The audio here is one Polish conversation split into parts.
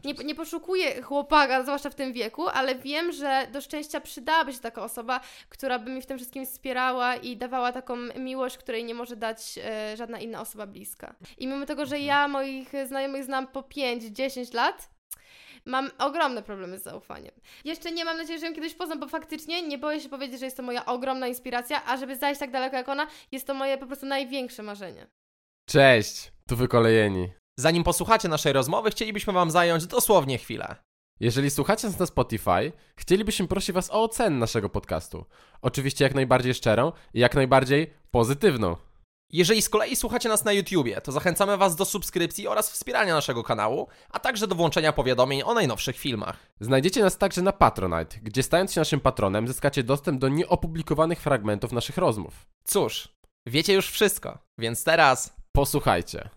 nie poszukuję chłopaka, zwłaszcza w tym wieku, ale wiem, że do szczęścia przydałaby się taka osoba, która by mi w tym wszystkim wspierała i dawała taką miłość, której nie może dać żadna inna osoba bliska. I mimo tego, że ja moich znajomych znam po 5-10 lat, mam ogromne problemy z zaufaniem. Jeszcze nie mam nadziei, że ją kiedyś poznam, bo faktycznie nie boję się powiedzieć, że jest to moja ogromna inspiracja, a żeby zajść tak daleko jak ona, jest to moje po prostu największe marzenie. Cześć, tu wykolejeni. Zanim posłuchacie naszej rozmowy, chcielibyśmy wam zająć dosłownie chwilę. Jeżeli słuchacie nas na Spotify, chcielibyśmy prosić was o ocenę naszego podcastu. Oczywiście jak najbardziej szczerą i jak najbardziej pozytywną. Jeżeli z kolei słuchacie nas na YouTubie, to zachęcamy was do subskrypcji oraz wspierania naszego kanału, a także do włączenia powiadomień o najnowszych filmach. Znajdziecie nas także na Patronite, gdzie stając się naszym patronem zyskacie dostęp do nieopublikowanych fragmentów naszych rozmów. Cóż, wiecie już wszystko, więc teraz Posłuchajcie.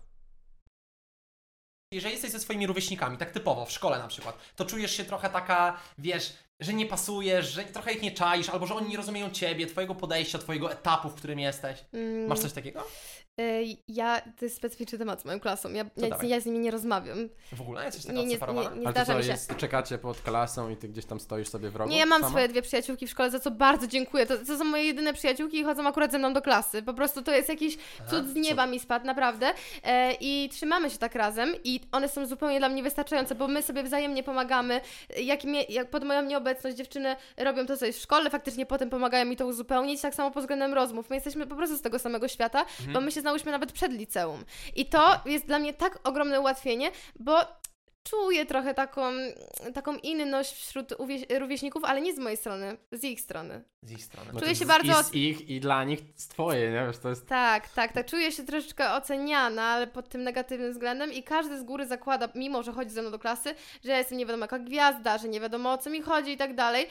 jeżeli jesteś ze swoimi rówieśnikami, tak typowo, w szkole na przykład, to czujesz się trochę taka, wiesz, że nie pasujesz, że trochę ich nie czaisz, albo że oni nie rozumieją ciebie, twojego podejścia, twojego etapu, w którym jesteś. Masz coś takiego? To jest specyficzny temat z moją klasą. dawaj. Ja z nimi nie rozmawiam. W ogóle? Jesteś taka Nie odseparowana? Ale to zdarza co, mi się. czekacie pod klasą i ty gdzieś tam stoisz sobie w rogu? Nie, ja mam sama? swoje 2 przyjaciółki w szkole, za co bardzo dziękuję. To są moje jedyne przyjaciółki i chodzą akurat ze mną do klasy. Po prostu to jest jakiś cud z nieba mi spadł, naprawdę. I trzymamy się tak razem i one są zupełnie dla mnie wystarczające, bo my sobie wzajemnie pomagamy. Jak pod moją nieobecność dziewczyny robią to, co jest w szkole, faktycznie potem pomagają mi to uzupełnić, tak samo pod względem rozmów. My jesteśmy po prostu z tego samego świata, bo my się znałyśmy nawet przed liceum. I to jest dla mnie tak ogromne ułatwienie, bo czuję trochę taką inność wśród rówieśników, ale nie z mojej strony, z ich strony. Z ich strony. Czuję się I bardzo... z ich, i dla nich z twojej, nie? Wiesz, to jest... Tak. Czuję się troszeczkę oceniana, ale pod tym negatywnym względem i każdy z góry zakłada, mimo że chodzi ze mną do klasy, że ja jestem nie wiadomo jaka gwiazda, że nie wiadomo o co mi chodzi i tak dalej.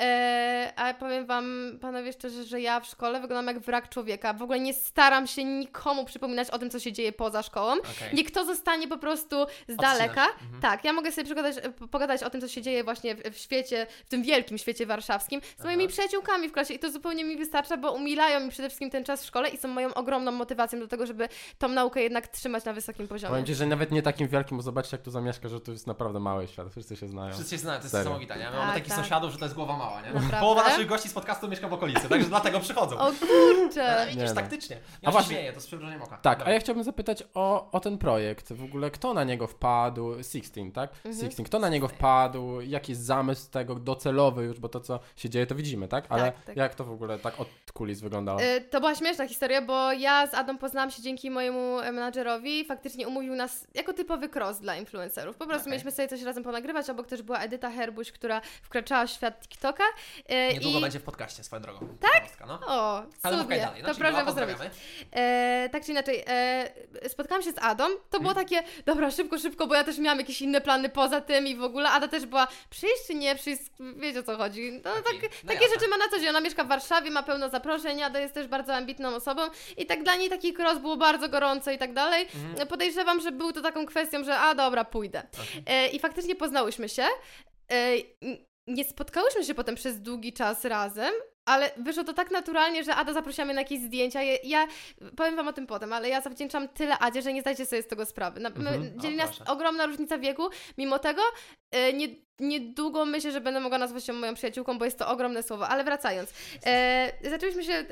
Ale powiem wam, panowie, szczerze, że ja w szkole wyglądam jak wrak człowieka. W ogóle nie staram się nikomu przypominać o tym, co się dzieje poza szkołą. Okay. Niech kto zostanie po prostu z daleka. Tak, ja mogę sobie pogadać o tym, co się dzieje właśnie w świecie, w tym wielkim świecie warszawskim z moimi przyjaciółkami w klasie i to zupełnie mi wystarcza, bo umilają mi przede wszystkim ten czas w szkole i są moją ogromną motywacją do tego, żeby tą naukę jednak trzymać na wysokim poziomie. Powiem ci, że nawet nie takim wielkim, bo zobaczcie jak tu zamieszka, że to jest naprawdę mały świat, wszyscy się znają. Wszyscy się znają, to jest Serio. niesamowite, nie? My Tak, mamy takich tak. sąsiadów, że to jest głowa mała, nie? Naprawdę? Połowa naszych gości z podcastu mieszka w okolicy, także dlatego przychodzą. O kurczę! Ale widzisz, Nie no. taktycznie. A Ja się właśnie- śmieję, to z przymrużeniem oka. Tak, Dobra. a ja chciałbym zapytać o ten projekt. W ogóle kto na niego wpadł? Sixteen, tak? Sixteen. Kto na niego wpadł? Jaki jest zamysł tego docelowy już, bo to co się dzieje to widzimy, tak? Ale Tak. jak to w ogóle tak od kulis wyglądało? To była śmieszna historia, bo ja z Adą poznałam się dzięki mojemu menadżerowi. Faktycznie umówił nas jako typowy cross dla influencerów. Po prostu mieliśmy sobie coś razem ponagrywać, obok też była Edyta Herbuś, która wkraczała w świat TikToka. Niedługo będzie w podcaście, swoją drogą. Tak? No. O, Ale cudnie. mówkaj dalej. To Znaczy, proszę pozdrowić. Tak czy inaczej, spotkałam się z Adą, to było takie, dobra, szybko, bo ja też miałam jakieś inne plany poza tym i w ogóle Ada też była, przyjść czy nie przyjść, wiecie o co chodzi. No, takie jasne. rzeczy ma na co dzień, ona mieszka w Warszawie, ma pełno zaproszeń, Ada jest też bardzo ambitną osobą i tak dla niej taki cross było bardzo gorąco i tak dalej. Podejrzewam, że był to taką kwestią, że dobra, pójdę. I faktycznie poznałyśmy się. Nie spotkałyśmy się potem przez długi czas razem, ale wyszło to tak naturalnie, że Ada zaprosiła mnie na jakieś zdjęcia. Ja powiem wam o tym potem, ale ja zawdzięczam tyle Adzie, że nie zdajecie sobie z tego sprawy. Dzieli nas proszę. ogromna różnica wieku, mimo tego niedługo myślę, że będę mogła nazwać ją moją przyjaciółką, bo jest to ogromne słowo, ale wracając. Zaczęliśmy się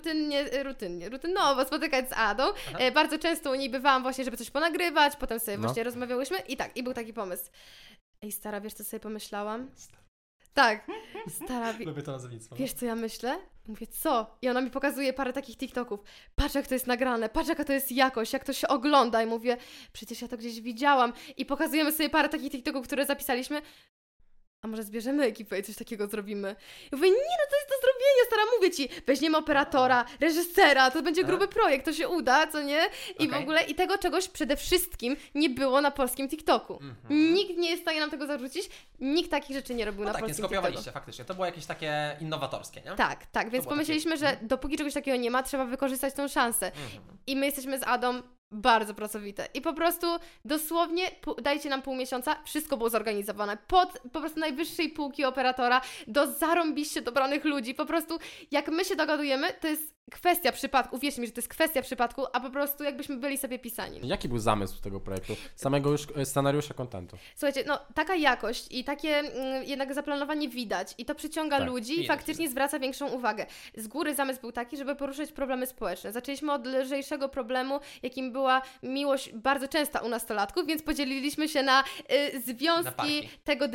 rutynowo spotykać z Adą. Bardzo często u niej bywałam właśnie, żeby coś ponagrywać, potem sobie właśnie rozmawiałyśmy i był taki pomysł. Ej stara, wiesz co sobie pomyślałam? Tak, stara, Lubię to nazewnictwo. wiesz co ja myślę? Mówię, co? I ona mi pokazuje parę takich TikToków. Patrz jak to jest nagrane, patrz jaka to jest jakość, jak to się ogląda. I mówię, przecież ja to gdzieś widziałam. I pokazujemy sobie parę takich TikToków, które zapisaliśmy. A może zbierzemy ekipę i coś takiego zrobimy? I mówię, nie no, to jest do zrobienia, stara, mówię ci, weźmiemy operatora, reżysera, to będzie gruby projekt, to się uda, co nie? I w ogóle, i tego czegoś przede wszystkim nie było na polskim TikToku. Nikt nie jest w stanie nam tego zarzucić, nikt takich rzeczy nie robił na Tak, nie polskim TikToku. skopiowaliście faktycznie. To było jakieś takie innowatorskie, nie? Tak, więc pomyśleliśmy, że dopóki czegoś takiego nie ma, trzeba wykorzystać tą szansę. I my jesteśmy z Adą bardzo pracowite. I po prostu dosłownie dajcie nam pół miesiąca, wszystko było zorganizowane. Po prostu najwyższej półki operatora do zarąbiście dobranych ludzi. Po prostu jak my się dogadujemy, to jest kwestia przypadku, uwierzcie mi, że to jest kwestia przypadku, a po prostu jakbyśmy byli sobie pisani. Jaki był zamysł tego projektu? Samego już scenariusza kontentu. Słuchajcie, no taka jakość i takie jednak zaplanowanie widać i to przyciąga Tak, ludzi i faktycznie zwraca większą uwagę. Z góry zamysł był taki, żeby poruszyć problemy społeczne. Zaczęliśmy od lżejszego problemu, jakim była miłość bardzo częsta u nastolatków, więc podzieliliśmy się na związki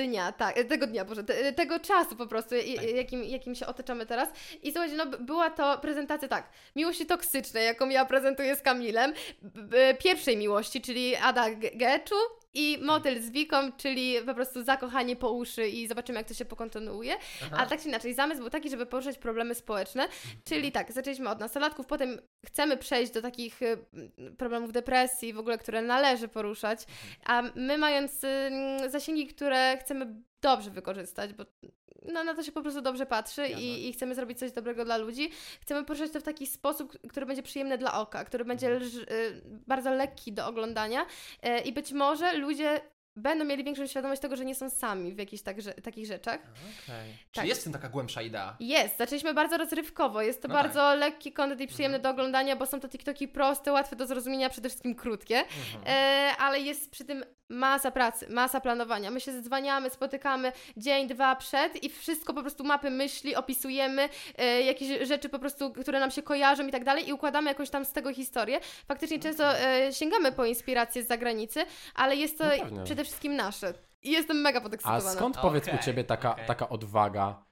tego czasu po prostu, jakim się otaczamy teraz. I słuchajcie, no była to prezentacja tak, miłości toksycznej, jaką ja prezentuję z Kamilem, pierwszej miłości, czyli Ada Geczu i Motyl z Wiką, czyli po prostu zakochanie po uszy i zobaczymy, jak to się pokontynuuje. A tak czy inaczej, zamysł był taki, żeby poruszać problemy społeczne, czyli tak, zaczęliśmy od nastolatków, potem chcemy przejść do takich problemów depresji w ogóle, które należy poruszać, a my mając zasięgi, które chcemy dobrze wykorzystać, bo na to się po prostu dobrze patrzy i chcemy zrobić coś dobrego dla ludzi. Chcemy poruszać to w taki sposób, który będzie przyjemny dla oka, który będzie bardzo lekki do oglądania i być może ludzie będą mieli większą świadomość tego, że nie są sami w jakichś takich rzeczach. Czyli jest w tym taka głębsza idea. Jest. Zaczęliśmy bardzo rozrywkowo. Jest to bardzo lekki content i przyjemny do oglądania, bo są to TikToki proste, łatwe do zrozumienia, przede wszystkim krótkie, ale jest przy tym masa pracy, masa planowania. My się zdzwaniamy, spotykamy dzień, dwa przed i wszystko po prostu mapy myśli, opisujemy jakieś rzeczy po prostu, które nam się kojarzą i tak dalej i układamy jakąś tam z tego historię. Faktycznie często sięgamy po inspiracje z zagranicy, ale jest to przede wszystkim nasze. I jestem mega podekscytowana. A skąd powiedz u Ciebie taka odwaga,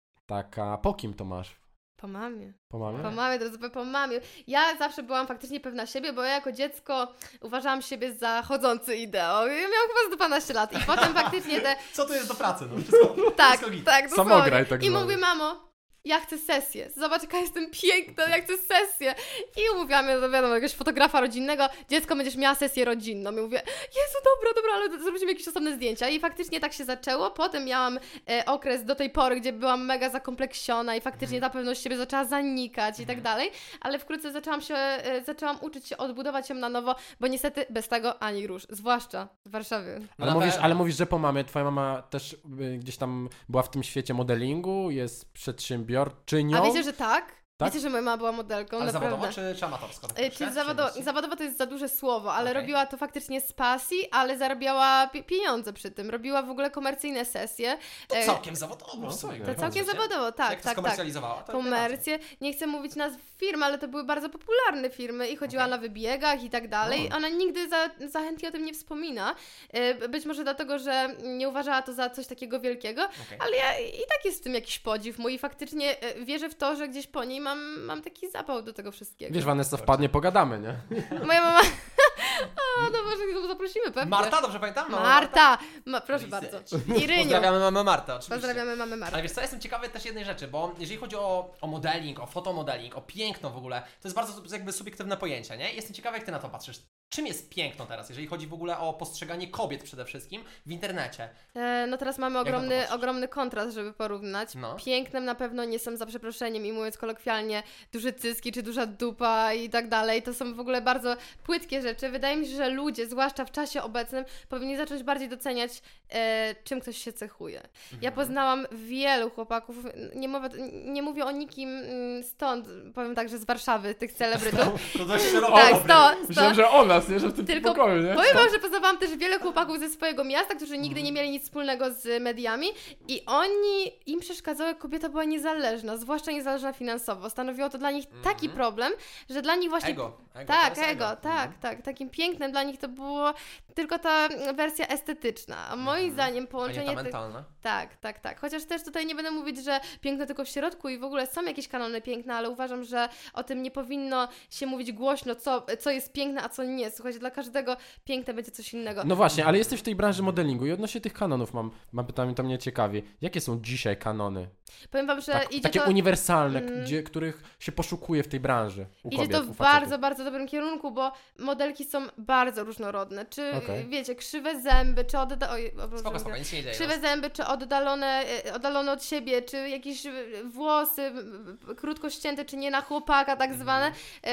po kim to masz? Po mamie. Po mamie? Po mamie, drodzy, po mamie. Ja zawsze byłam faktycznie pewna siebie, bo ja jako dziecko uważałam siebie za chodzący ideo. Ja miałam chyba z 12 lat i potem faktycznie te... Co tu jest do pracy? No? Wszystko tak, samograj tak I mówię, mamo, ja chcę sesję. Zobacz, jaka jestem piękna, ja chcę sesję. I umówiłam mnie do jakiegoś fotografa rodzinnego. Dziecko, będziesz miała sesję rodzinną. I mówię, Jezu, dobra, ale zrobimy jakieś osobne zdjęcia. I faktycznie tak się zaczęło. Potem miałam okres do tej pory, gdzie byłam mega zakompleksiona i faktycznie ta pewność siebie zaczęła zanikać i tak dalej. Ale wkrótce zaczęłam uczyć się odbudować ją na nowo, bo niestety bez tego ani rusz. Zwłaszcza w Warszawie. Ale mówisz, że po mamie. Twoja mama też gdzieś tam była w tym świecie modelingu, jest przedsiębiorczynią. A wiecie, że tak? Wiecie, że moja mama była modelką, ale naprawdę. zawodowo czy amatorsko? Zawodowo to jest za duże słowo, ale robiła to faktycznie z pasji, ale zarabiała pieniądze przy tym. Robiła w ogóle komercyjne sesje. To całkiem zawodowo w sumie. To całkiem zawodowo, tak. Jak to skomercjalizowała? Komercję. Nie chcę mówić nazw firm, ale to były bardzo popularne firmy i chodziła na wybiegach i tak dalej. Ona nigdy za chętnie o tym nie wspomina. Być może dlatego, że nie uważała to za coś takiego wielkiego, ale ja i tak jest w tym jakiś podziw mój i faktycznie wierzę w to, że gdzieś po niej mam taki zapał do tego wszystkiego. Wiesz, Vanessa, wpadnie, pogadamy, nie? Moja mama... no może zaprosimy, pewnie. Marta, dobrze pamiętam? Marta! Proszę bardzo. Iryniu. Pozdrawiamy mamę Martę, oczywiście. Pozdrawiamy mamę Martę. Ale wiesz co, jestem ciekawy też jednej rzeczy, bo jeżeli chodzi o modeling, o fotomodeling, o piękno w ogóle, to jest bardzo jakby subiektywne pojęcie, nie? Jestem ciekawy, jak Ty na to patrzysz. Czym jest piękno teraz, jeżeli chodzi w ogóle o postrzeganie kobiet przede wszystkim w internecie? No teraz mamy ogromny kontrast, żeby porównać. No. Pięknem na pewno nie są, za przeproszeniem i mówiąc kolokwialnie, duże cyski czy duża dupa i tak dalej. To są w ogóle bardzo płytkie rzeczy. Wydaje mi się, że ludzie, zwłaszcza w czasie obecnym, powinni zacząć bardziej doceniać, czym ktoś się cechuje. Ja poznałam wielu chłopaków, nie mówię o nikim stąd, powiem tak, że z Warszawy, tych celebrytów. To dość szeroko. Tak, Myślałem, że o nas, nie? Że w tym pokoju, nie? Powiem wam, że poznawałam też wiele chłopaków ze swojego miasta, którzy nigdy nie mieli nic wspólnego z mediami i im przeszkadzało, jak kobieta była niezależna, zwłaszcza niezależna finansowo. Stanowiło to dla nich taki problem, że dla nich właśnie... Ego. Tak. Takim pięknem dla nich to było tylko ta wersja estetyczna, a moim zdaniem połączenie... A nie ta mentalna? Tak. Chociaż też tutaj nie będę mówić, że piękno tylko w środku i w ogóle są jakieś kanony piękna, ale uważam, że o tym nie powinno się mówić głośno, co jest piękne, a co nie. Słuchajcie, dla każdego piękne będzie coś innego. No właśnie, ale jesteś w tej branży modelingu i odnośnie tych kanonów mam pytanie, to mnie ciekawi. Jakie są dzisiaj kanony? Powiem wam, że idzie takie to... uniwersalne, których się poszukuje w tej branży u kobiet, idzie to w bardzo, bardzo dobrym kierunku, bo modelki są bardzo różnorodne. Czy wiecie, krzywe zęby, czy Spoko, nic nie dzieje. krzywe zęby, czy oddalone od siebie, czy jakieś włosy krótko ścięte, czy nie na chłopaka tak zwane.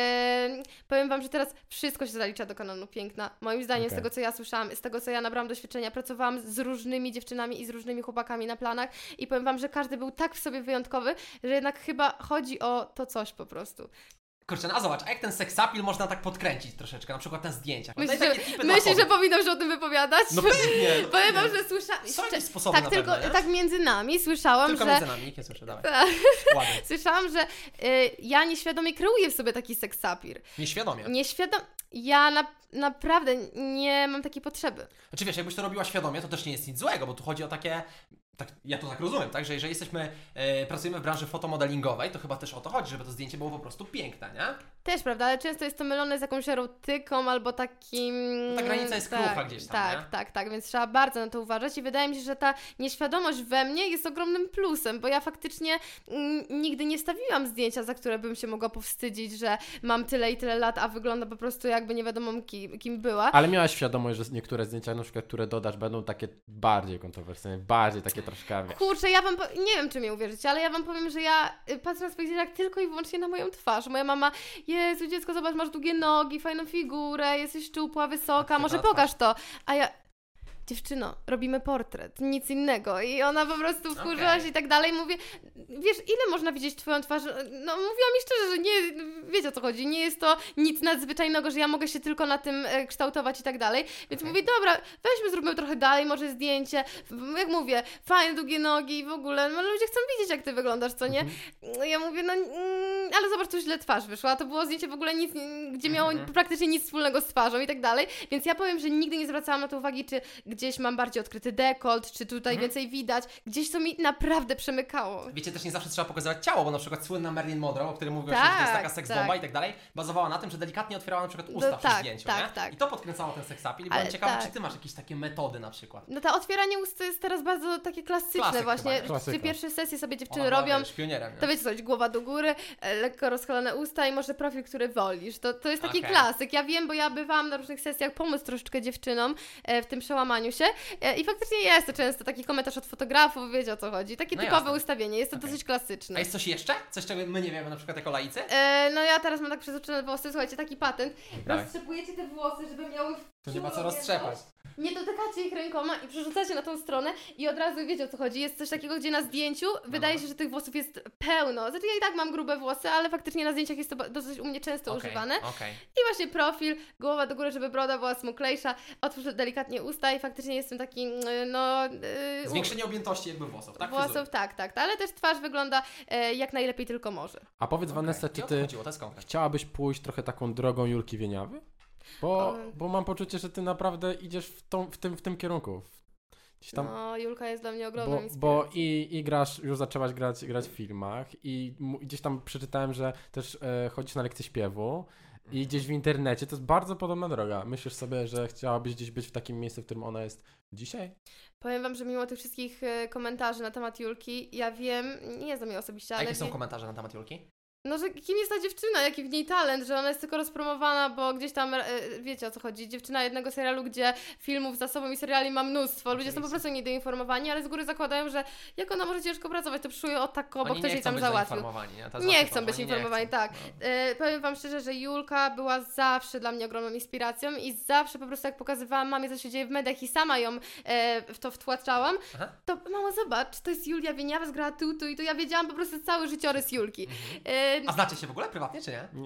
Powiem wam, że teraz wszystko się zalicza do kanonu piękna. Moim zdaniem, z tego co ja słyszałam, z tego co ja nabrałam doświadczenia, pracowałam z różnymi dziewczynami i z różnymi chłopakami na planach i powiem wam, że każdy był tak w sobie wyjątkowy, że jednak chyba chodzi o to coś po prostu. Kurczę, no a zobacz, a jak ten seksapil można tak podkręcić troszeczkę, na przykład na zdjęciach. Myślisz, Daj takie tipy dla że kobiet. powinnam się o tym wypowiadać? No pewnie. Powiem wam, że słyszałam... Są jakieś sposoby Tak, na tylko pewno, nie? tak między nami słyszałam, Tylko że... między nami, nikt nie słyszy, dawaj. Tak. Ładnie. Słyszałam, że ja nieświadomie kreuję w sobie taki seksapil. Nieświadomie. Ja naprawdę nie mam takiej potrzeby. Znaczy wiesz, jakbyś to robiła świadomie, to też nie jest nic złego, bo tu chodzi o takie... Tak, ja to tak rozumiem, tak? Że jeżeli pracujemy w branży fotomodelingowej, to chyba też o to chodzi, żeby to zdjęcie było po prostu piękne, nie? Też, prawda, ale często jest to mylone z jakąś erotyką albo takim... Ta granica jest krucha gdzieś tam, nie? Tak, więc trzeba bardzo na to uważać i wydaje mi się, że ta nieświadomość we mnie jest ogromnym plusem, bo ja faktycznie nigdy nie stawiłam zdjęcia, za które bym się mogła powstydzić, że mam tyle i tyle lat, a wygląda po prostu jakby nie wiadomo kim była. Ale miałaś świadomość, że niektóre zdjęcia, na przykład, które dodasz, będą takie bardziej kontrowersyjne, bardziej takie troszkę, wiesz. Kurczę, nie wiem, czy mnie uwierzycie, ale ja wam powiem, że ja patrzę na swoich zdjęciach tylko i wyłącznie na moją twarz. Moja mama, Jezu, dziecko, zobacz, masz długie nogi, fajną figurę, jesteś szczupła, wysoka, może pokaż to. A ja... Dziewczyno, robimy portret, nic innego. I ona po prostu wkurzyła się i tak dalej. Mówię, wiesz, ile można widzieć twoją twarz? No, mówiła mi szczerze, że nie, wiecie o co chodzi, nie jest to nic nadzwyczajnego, że ja mogę się tylko na tym kształtować i tak dalej. Więc mówię, dobra, weźmy, zróbmy trochę dalej, może zdjęcie. Jak mówię, fajne, długie nogi i w ogóle, no ludzie chcą widzieć, jak ty wyglądasz, co nie? Ja mówię, no, ale zobacz, tu źle twarz wyszła. A to było zdjęcie w ogóle nic, gdzie miało praktycznie nic wspólnego z twarzą i tak dalej. Więc ja powiem, że nigdy nie zwracałam na to uwagi, czy gdzieś mam bardziej odkryty dekolt, czy tutaj więcej widać. Gdzieś to mi naprawdę przemykało. Wiecie, też nie zawsze trzeba pokazywać ciało, bo na przykład słynna Marilyn Monroe, o której mówiłaś, że to jest taka seksbomba i tak dalej, bazowała na tym, że delikatnie otwierała na przykład usta przy zdjęciu, nie? Tak. I to podkręcało ten seksapil i byłem ciekawy, czy ty masz jakieś takie metody na przykład. No to otwieranie ust jest teraz bardzo takie klasyczne Klasyk właśnie. chyba, Te pierwsze sesje sobie dziewczyny robią. Pionierem, To wiecie coś, głowa do góry, lekko rozchylone usta i może profil, który wolisz. To jest taki klasyk. Ja wiem, bo ja bywałam na różnych sesjach pomóc troszeczkę dziewczynom w tym przełamaniu się i faktycznie jest to często taki komentarz od fotografów, wiecie o co chodzi. Takie typowe ustawienie, jest to dosyć klasyczne. A jest coś jeszcze? Coś, czego my nie wiemy na przykład jako laicy? No ja teraz mam tak przesuczone włosy, słuchajcie, taki patent. Roztrzepujecie te włosy, żeby miały... To nie ma co roztrzepać. Nie dotykacie ich rękoma i przerzucacie na tą stronę i od razu wiecie o co chodzi. Jest coś takiego, gdzie na zdjęciu wydaje się, że tych włosów jest pełno. Znaczy ja i tak mam grube włosy, ale faktycznie na zdjęciach jest to dosyć u mnie często używane. I właśnie profil, głowa do góry, żeby broda była smuklejsza, otwórz delikatnie usta i faktycznie jestem taki, zwiększenie objętości jakby włosów, tak? Włosów, tak. Ale też twarz wygląda jak najlepiej tylko może. A powiedz Vanessa, czy ty chciałabyś pójść trochę taką drogą Julki Wieniawy? Bo mam poczucie, że ty naprawdę idziesz w tym kierunku. Tam, no, Julka jest dla mnie ogromną inspiracją. Bo i grasz, już zaczęłaś grać w filmach i gdzieś tam przeczytałem, że też chodzisz na lekcje śpiewu i gdzieś w internecie, to jest bardzo podobna droga. Myślisz sobie, że chciałabyś gdzieś być w takim miejscu, w którym ona jest dzisiaj? Powiem wam, że mimo tych wszystkich komentarzy na temat Julki, ja wiem, nie znam jej osobiście, ale... A jakie są komentarze na temat Julki? No, że kim jest ta dziewczyna, jaki w niej talent, że ona jest tylko rozpromowana, bo gdzieś tam, wiecie o co chodzi, dziewczyna jednego serialu, gdzie filmów za sobą i seriali ma mnóstwo, ludzie są po prostu niedoinformowani, ale z góry zakładają, że jak ona może ciężko pracować, to przyszły o tako, bo ktoś jej tam załatwił. Nie chcą być informowani, tak. No. Powiem wam szczerze, że Julka była zawsze dla mnie ogromną inspiracją i zawsze po prostu jak pokazywałam mamie, co się dzieje w mediach i sama ją w to wtłaczałam, to mamo zobacz, to jest Julia Wieniawa, zgrała tu i tu, ja wiedziałam po prostu cały życiorys Julki. A znacie się w ogóle prywatnie, czy nie?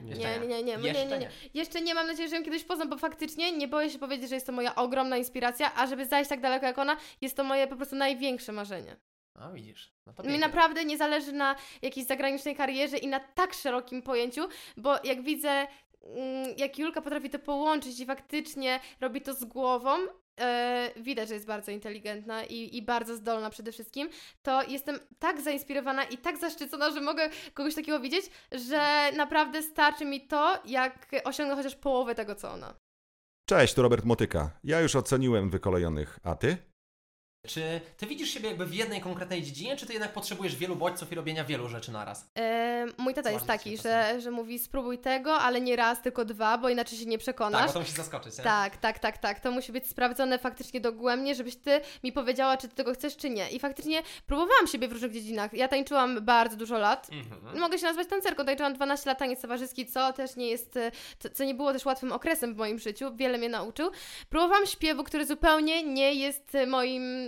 Nie. Jeszcze nie, mam nadzieję, że ją kiedyś poznam, bo faktycznie nie boję się powiedzieć, że jest to moja ogromna inspiracja, a żeby zajść tak daleko jak ona, jest to moje po prostu największe marzenie. A widzisz. No to mi naprawdę nie zależy na jakiejś zagranicznej karierze i na tak szerokim pojęciu, bo jak widzę, jak Julka potrafi to połączyć i faktycznie robi to z głową, widać, że jest bardzo inteligentna i bardzo zdolna przede wszystkim, to jestem tak zainspirowana i tak zaszczycona, że mogę kogoś takiego widzieć, że naprawdę starczy mi to, jak osiągnę chociaż połowę tego, co ona. Cześć, tu Robert Motyka. Ja już oceniłem Wykolejonych, a ty? Czy ty widzisz siebie jakby w jednej konkretnej dziedzinie, czy ty jednak potrzebujesz wielu bodźców i robienia wielu rzeczy naraz? Mój tata jest taki, że mówi spróbuj tego, ale nie raz, tylko 2, bo inaczej się nie przekonasz. Tak, bo to musi zaskoczyć, nie? Tak. To musi być sprawdzone faktycznie dogłębnie, żebyś ty mi powiedziała, czy ty tego chcesz, czy nie. I faktycznie próbowałam siebie w różnych dziedzinach. Ja tańczyłam bardzo dużo lat. Mogę się nazwać tancerką. Tańczyłam 12 lat taniec towarzyski, co też nie jest, co nie było też łatwym okresem w moim życiu. Wiele mnie nauczył. Próbowałam śpiewu, który zupełnie nie jest moim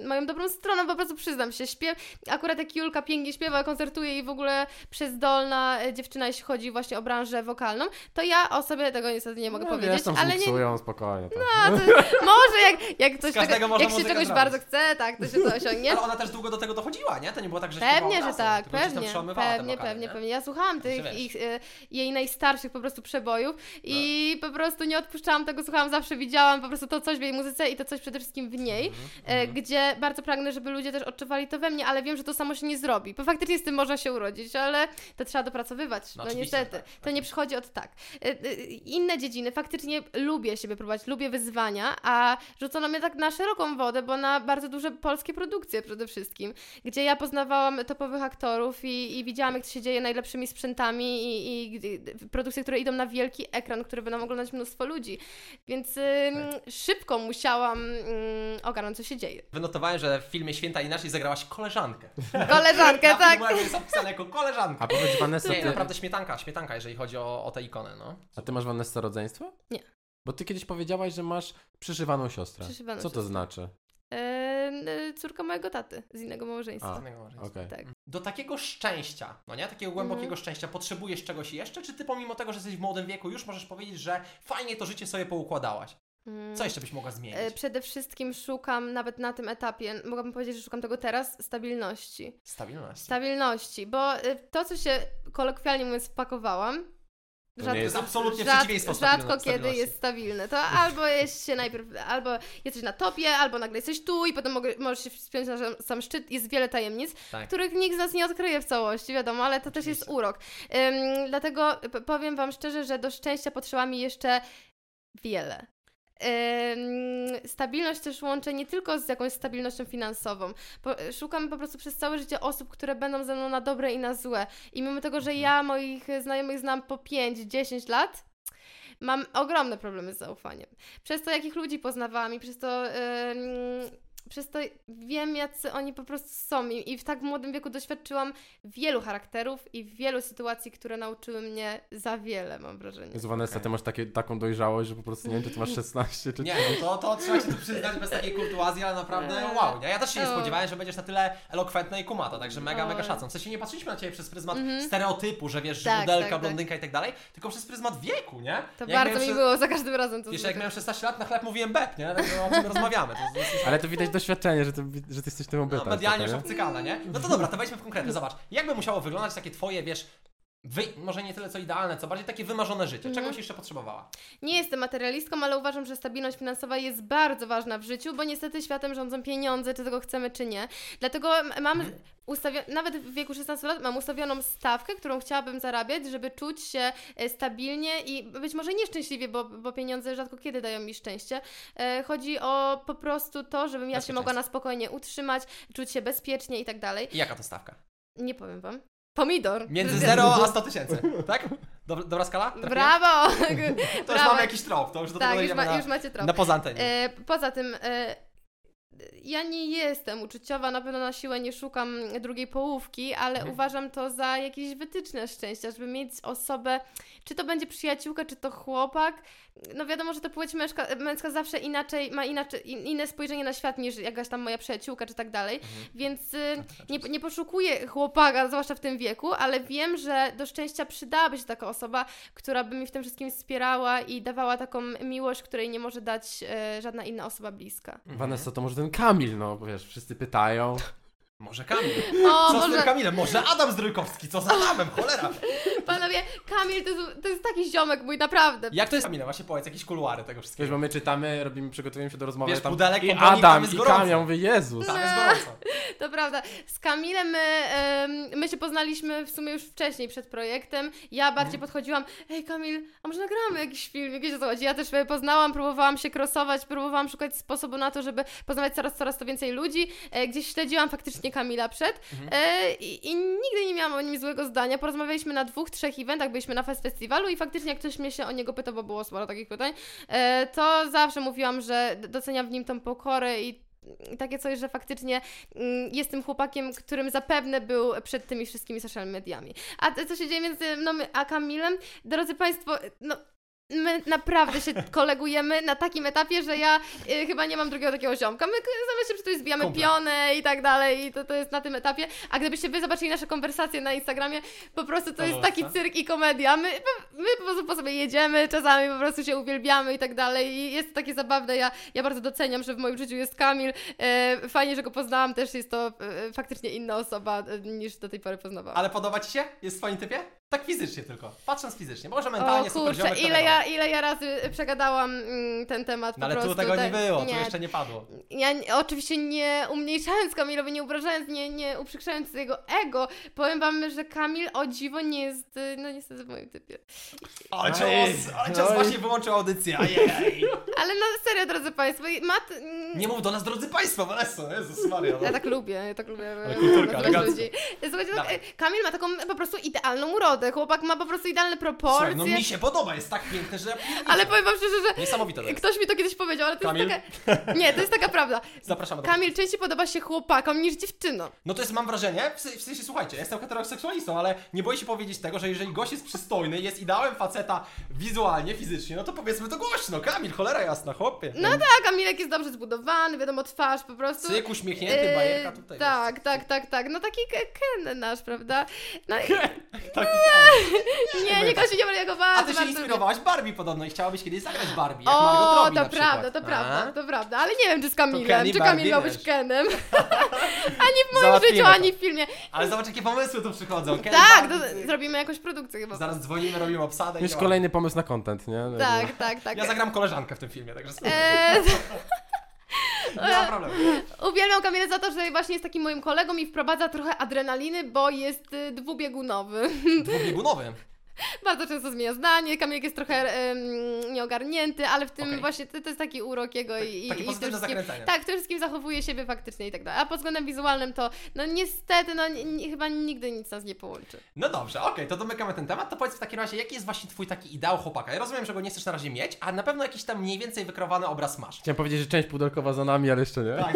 moją dobrą stroną, po prostu przyznam się. Akurat jak Julka pięknie śpiewa, koncertuje i w ogóle przezdolna dziewczyna, jeśli chodzi właśnie o branżę wokalną, to ja o sobie tego niestety nie mogę powiedzieć, wiesz, tam ale nie... zmiksują, spokojnie. Tam. No, może jak ktoś każdego jak się można czegoś zrobić. bardzo chce, tak, to się to osiągnie. Ale ona też długo do tego dochodziła, nie? To nie było tak, że Pewnie, śpiewała że razem, tak, tylko gdzieś tam przełamywała te wokale, pewnie. nie? Ja słuchałam Wiesz. tych jej najstarszych po prostu przebojów i po prostu nie odpuszczałam tego, słuchałam zawsze, widziałam po prostu to coś w jej muzyce i to coś przede wszystkim w niej, gdzie bardzo pragnę, żeby ludzie też odczuwali to we mnie, ale wiem, że to samo się nie zrobi, bo faktycznie z tym można się urodzić, ale to trzeba dopracowywać, no niestety, tak, to nie przychodzi od tak. Inne dziedziny, faktycznie lubię siebie próbować, lubię wyzwania, a rzucono mnie tak na szeroką wodę, bo na bardzo duże polskie produkcje przede wszystkim, gdzie ja poznawałam topowych aktorów i widziałam, jak to się dzieje najlepszymi sprzętami i produkcje, które idą na wielki ekran, które będą oglądać mnóstwo ludzi, więc szybko musiałam ogarnąć, co się dzieje. Wynotowałem, że w filmie Święta Inaczej zagrałaś koleżankę. Koleżankę, Na tak. filmie jest opisane jako koleżanka. A powiedz, Vanessa, Nie, ty, naprawdę śmietanka, jeżeli chodzi o tę ikonę, no. a ty masz, Vanessa, rodzeństwo? Nie. Bo ty kiedyś powiedziałaś, że masz przyszywaną siostrę. Przyszywaną Co to siostrę. znaczy? Córka mojego taty z innego małżeństwa. Okej. Tak. Do takiego szczęścia, no nie? Takiego głębokiego szczęścia potrzebujesz czegoś jeszcze? Czy ty pomimo tego, że jesteś w młodym wieku, już możesz powiedzieć, że fajnie to życie sobie poukładałaś? Co jeszcze byś mogła zmienić? Przede wszystkim szukam, nawet na tym etapie, mogłabym powiedzieć, że szukam tego teraz, stabilności. Stabilności, bo to, co się kolokwialnie mówiąc wpakowałam, To nie jest absolutnie przeciwieństwo rzadko kiedy stabilności. jest stabilne. To albo jest się najpierw, albo jesteś na topie, albo nagle jesteś tu i potem możesz się wspiąć na sam szczyt. Jest wiele tajemnic, Tak. których nikt z nas nie odkryje w całości, wiadomo, ale to też jest urok. Dlatego powiem Wam szczerze, że do szczęścia potrzeba mi jeszcze wiele. Stabilność też łączę nie tylko z jakąś stabilnością finansową. Szukam po prostu przez całe życie osób, które będą ze mną na dobre i na złe. I mimo tego, że ja moich znajomych znam po 5-10 lat, mam ogromne problemy z zaufaniem. Przez to, jakich ludzi poznawałam i przez to wiem, jacy oni po prostu są i w tak młodym wieku doświadczyłam wielu charakterów i wielu sytuacji, które nauczyły mnie za wiele, mam wrażenie. Jezu, Vanessa, ty masz taką dojrzałość, że po prostu nie wiem, czy ty masz 16, czy... Nie, no to trzeba się tu przyznać bez takiej kurtuazji, ale naprawdę wow, nie? Ja też się nie spodziewałem, że będziesz na tyle elokwentna i kumata, także mega szacun. W sensie nie patrzyliśmy na Ciebie przez pryzmat stereotypu, że wiesz, Tak, modelka, tak. blondynka i tak dalej, tylko przez pryzmat wieku, nie? To Jak bardzo mi było za każdym razem to Wiesz, jak słychać. miałem 16 lat, na chleb mówiłem bep, nie? Także o czym rozmawiamy. To jest Ale to widać doświadczenie, że ty jesteś tym obyta. medialnie już obcykana, nie? No to dobra, to wejdźmy w konkrety. Zobacz, jakby musiało wyglądać takie twoje, wiesz, może nie tyle co idealne, co bardziej takie wymarzone życie. Czego byś jeszcze potrzebowała? Nie jestem materialistką, ale uważam, że stabilność finansowa jest bardzo ważna w życiu, bo niestety światem rządzą pieniądze, czy tego chcemy, czy nie. Dlatego mam nawet w wieku 16 lat mam ustawioną stawkę, którą chciałabym zarabiać, żeby czuć się stabilnie i być może nieszczęśliwie, bo pieniądze rzadko kiedy dają mi szczęście. Chodzi o po prostu to, żebym ja się mogła na spokojnie utrzymać, czuć się bezpiecznie i tak dalej. I jaka to stawka? Nie powiem Wam. Pomidor. Między 0 a 100 tysięcy, tak? Dobra skala? Trafiłem? Brawo! To już mamy jakiś trop, to już do tego dojdziemy już macie trop. na poza antenie. Poza tym ja nie jestem uczuciowa, na pewno na siłę nie szukam drugiej połówki, ale uważam to za jakieś wytyczne szczęścia, żeby mieć osobę, czy to będzie przyjaciółka, czy to chłopak. No wiadomo, że to płeć męska zawsze ma inne spojrzenie na świat niż jakaś tam moja przyjaciółka, czy tak dalej, więc nie poszukuję chłopaka, zwłaszcza w tym wieku, ale wiem, że do szczęścia przydałaby się taka osoba, która by mi w tym wszystkim wspierała i dawała taką miłość, której nie może dać żadna inna osoba bliska. Vanessa, to może ten Kamil, no bo wiesz, wszyscy pytają. Może Kamil. O, Co z tym Kamilem? Może Adam Zdrójkowski, co za Adamem, cholera. Panowie, Kamil to jest taki ziomek mój, naprawdę. Jak to jest Kamilem? Właśnie powiedz, jakieś kuluary tego Wiesz, wszystkiego. bo my czytamy, przygotowujemy się do rozmowy, Wiesz, tam pudelek, i pomponik, tam Adam, jest i gorąco. Kamil, ja mówię, Jezus. Tam jest gorąco. To prawda. Z Kamilem my się poznaliśmy w sumie już wcześniej, przed projektem. Ja bardziej podchodziłam, hej Kamil, a może nagramy jakiś film? Wiecie o co chodzi? Ja też poznałam, próbowałam się crossować, próbowałam szukać sposobu na to, żeby poznawać coraz to więcej ludzi. Gdzieś śledziłam faktycznie Kamila przed i nigdy nie miałam o nim złego zdania. Porozmawialiśmy na 2-3 eventach, byliśmy na festiwalu i faktycznie jak ktoś mnie się o niego pytał, bo było sporo takich pytań, to zawsze mówiłam, że doceniam w nim tą pokorę i takie coś, że faktycznie jest tym chłopakiem, którym zapewne był przed tymi wszystkimi social mediami. A co się dzieje między mną a Kamilem? Drodzy Państwo, no my naprawdę się kolegujemy na takim etapie, że ja chyba nie mam drugiego takiego ziomka. My zamiast się przy tym zbijamy Kumple. pionę i tak dalej i to jest na tym etapie. A gdybyście wy zobaczyli nasze konwersacje na Instagramie, po prostu to jest taki cyrk i komedia. My po prostu po sobie jedziemy, czasami po prostu się uwielbiamy i tak dalej i jest to takie zabawne. Ja bardzo doceniam, że w moim życiu jest Kamil. Fajnie, że go poznałam, też jest to faktycznie inna osoba niż do tej pory poznawałam. Ale podoba ci się? Jest w twoim typie? Tak fizycznie tylko. Patrząc fizycznie. Może mentalnie super ziomek, to ile wiadomo. ja razy przegadałam ten temat No ale po tu prostu. tego nie było, tu jeszcze nie padło. Ja oczywiście nie umniejszając Kamilowi, nie obrażając, nie uprzykrzając jego ego, powiem wam, że Kamil o dziwo nie jest, no niestety w moim typie. Ale cios właśnie wyłączył audycję, ajej. Ale no serio, drodzy państwo, Nie mów do nas, drodzy państwo, Vanessa, Jezus Maria. No. Ja tak lubię kulturka, nazywać elegancko. ludzi. Słuchajcie, Dawaj. Kamil ma taką po prostu idealną urodę, chłopak ma po prostu idealne proporcje. Słuchaj, no mi się podoba, jest tak piękny, że... Ale powiem wam szczerze, że Niesamowite to jest. ktoś mi to kiedyś powiedział, ale to Kamil? jest taka... Nie, to jest taka prawda. Zapraszamy do Kamil częściej podoba się chłopakom niż dziewczynom. No to jest, mam wrażenie, w sensie, słuchajcie, ja jestem heteroseksualistą, ale nie boję się powiedzieć tego, że jeżeli gość jest przystojny, jest ideałem faceta wizualnie, fizycznie, no to powiedzmy to głośno. Kamil, cholera jasna, chłopie. No tak, Kamilek jest dobrze zbudowany, wiadomo, twarz po prostu. Cyk, uśmiechnięty, bajerka tutaj. Tak. No taki Ken nasz, prawda? No i... Tak, Nie gości nie jego bardzo. A ty się bardzo inspirowałaś Barbie podobno i chciałabyś kiedyś zagrać Barbie, jak O, Margot Robbie to na przykład. prawda, to prawda. Ale nie wiem, czy z Kenny Kamilem, czy Barbie Kamil miał być też. Kenem. Ani w moim Załatwimy życiu, to. ani w filmie. Ale zobacz, jakie pomysły tu przychodzą. Ken Tak, Barbie. zrobimy jakąś produkcję chyba. Zaraz dzwonimy, robimy obsadę i Już działamy. kolejny pomysł na content, nie? Tak. Ja zagram koleżankę w tym filmie, także spróbuj. Eee, Nie ma problemu. Uwielbiam Kamila za to, że właśnie jest takim moim kolegą i wprowadza trochę adrenaliny, bo jest dwubiegunowy. Dwubiegunowy. Bardzo często zmienia zdanie, Kamilek jest trochę nieogarnięty, ale w tym Okej. właśnie to jest taki urok jego i Takie i w tym pozytywne wszystkim, zakręcenie. tak, w tym wszystkim zachowuje siebie faktycznie i tak dalej. A pod względem wizualnym to, no niestety, no chyba nigdy nic nas nie połączy. No dobrze, okej, to domykamy ten temat. To powiedz w takim razie, jaki jest właśnie twój taki ideał chłopaka? Ja rozumiem, że go nie chcesz na razie mieć, a na pewno jakiś tam mniej więcej wykreowany obraz masz. Chciałem powiedzieć, że część pudelkowa za nami, ale jeszcze nie. Tak,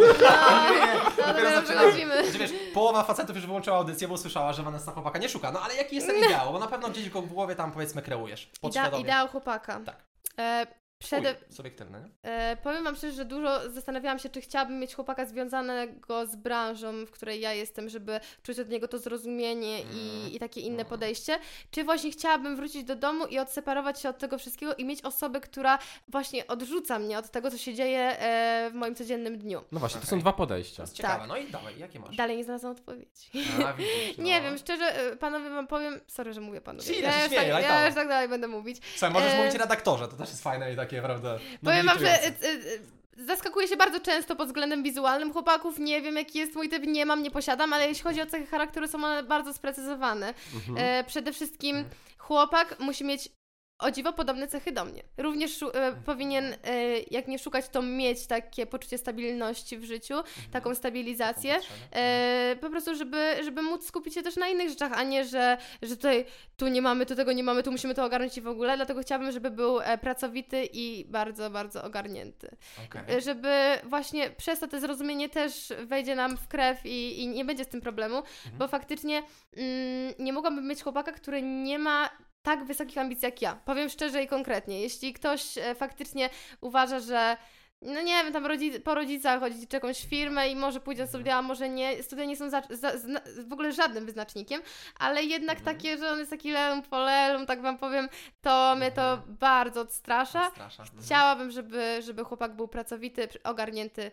No, dopiero dopiero zaczynamy. wychodzimy. Że wiesz, połowa facetów już wyłączyła audycję, bo usłyszała, że Vanessa chłopaka nie szuka. No ale jaki jest ten ideał? Bo na pewno gdzieś go w głowie tam powiedzmy kreujesz. Podświadomie. Ideał chłopaka. Tak. Przede, Subiektywne, nie? powiem wam szczerze, że dużo zastanawiałam się, czy chciałabym mieć chłopaka związanego z branżą, w której ja jestem, żeby czuć od niego to zrozumienie i takie inne podejście, czy właśnie chciałabym wrócić do domu i odseparować się od tego wszystkiego i mieć osobę, która właśnie odrzuca mnie od tego, co się dzieje w moim codziennym dniu. No właśnie, to Okej. są dwa To podejścia. jest ciekawe. Tak. No i dawaj, jakie masz? Dalej nie znalazłam odpowiedzi. A, widzisz, no. Nie wiem, szczerze, panowie wam powiem, sorry, że mówię panowie, Śmieję się, ja już śmieję, tak, lajtowo. ja już tak dalej będę mówić. Słuchaj, możesz E, mówić redaktorze, to też jest fajne i takie, prawda? Powiem wam, że nobilitujące. zaskakuję się bardzo często pod względem wizualnym chłopaków, nie wiem jaki jest mój typ, nie mam, nie posiadam, ale jeśli chodzi o cechy charakteru, są one bardzo sprecyzowane. Przede wszystkim chłopak musi mieć o dziwo podobne cechy do mnie. Również powinien, jak nie szukać, to mieć takie poczucie stabilności w życiu, taką stabilizację, po prostu, żeby móc skupić się też na innych rzeczach, a nie, że tutaj tu nie mamy, tu tego nie mamy, tu musimy to ogarnąć i w ogóle, dlatego chciałabym, żeby był pracowity i bardzo, bardzo ogarnięty. Okej. Żeby właśnie przez to zrozumienie też wejdzie nam w krew i nie będzie z tym problemu, bo faktycznie nie mogłabym mieć chłopaka, który nie ma tak wysokich ambicji jak ja. Powiem szczerze i konkretnie. Jeśli ktoś faktycznie uważa, że no nie wiem, tam po rodzicach chodzi czy jakąś firmę i może pójdzie na studia, a może nie. Studia nie są w ogóle żadnym wyznacznikiem, ale jednak takie, że on jest taki lelum po lelum, tak wam powiem, to mnie to bardzo odstrasza. Chciałabym, żeby chłopak był pracowity, ogarnięty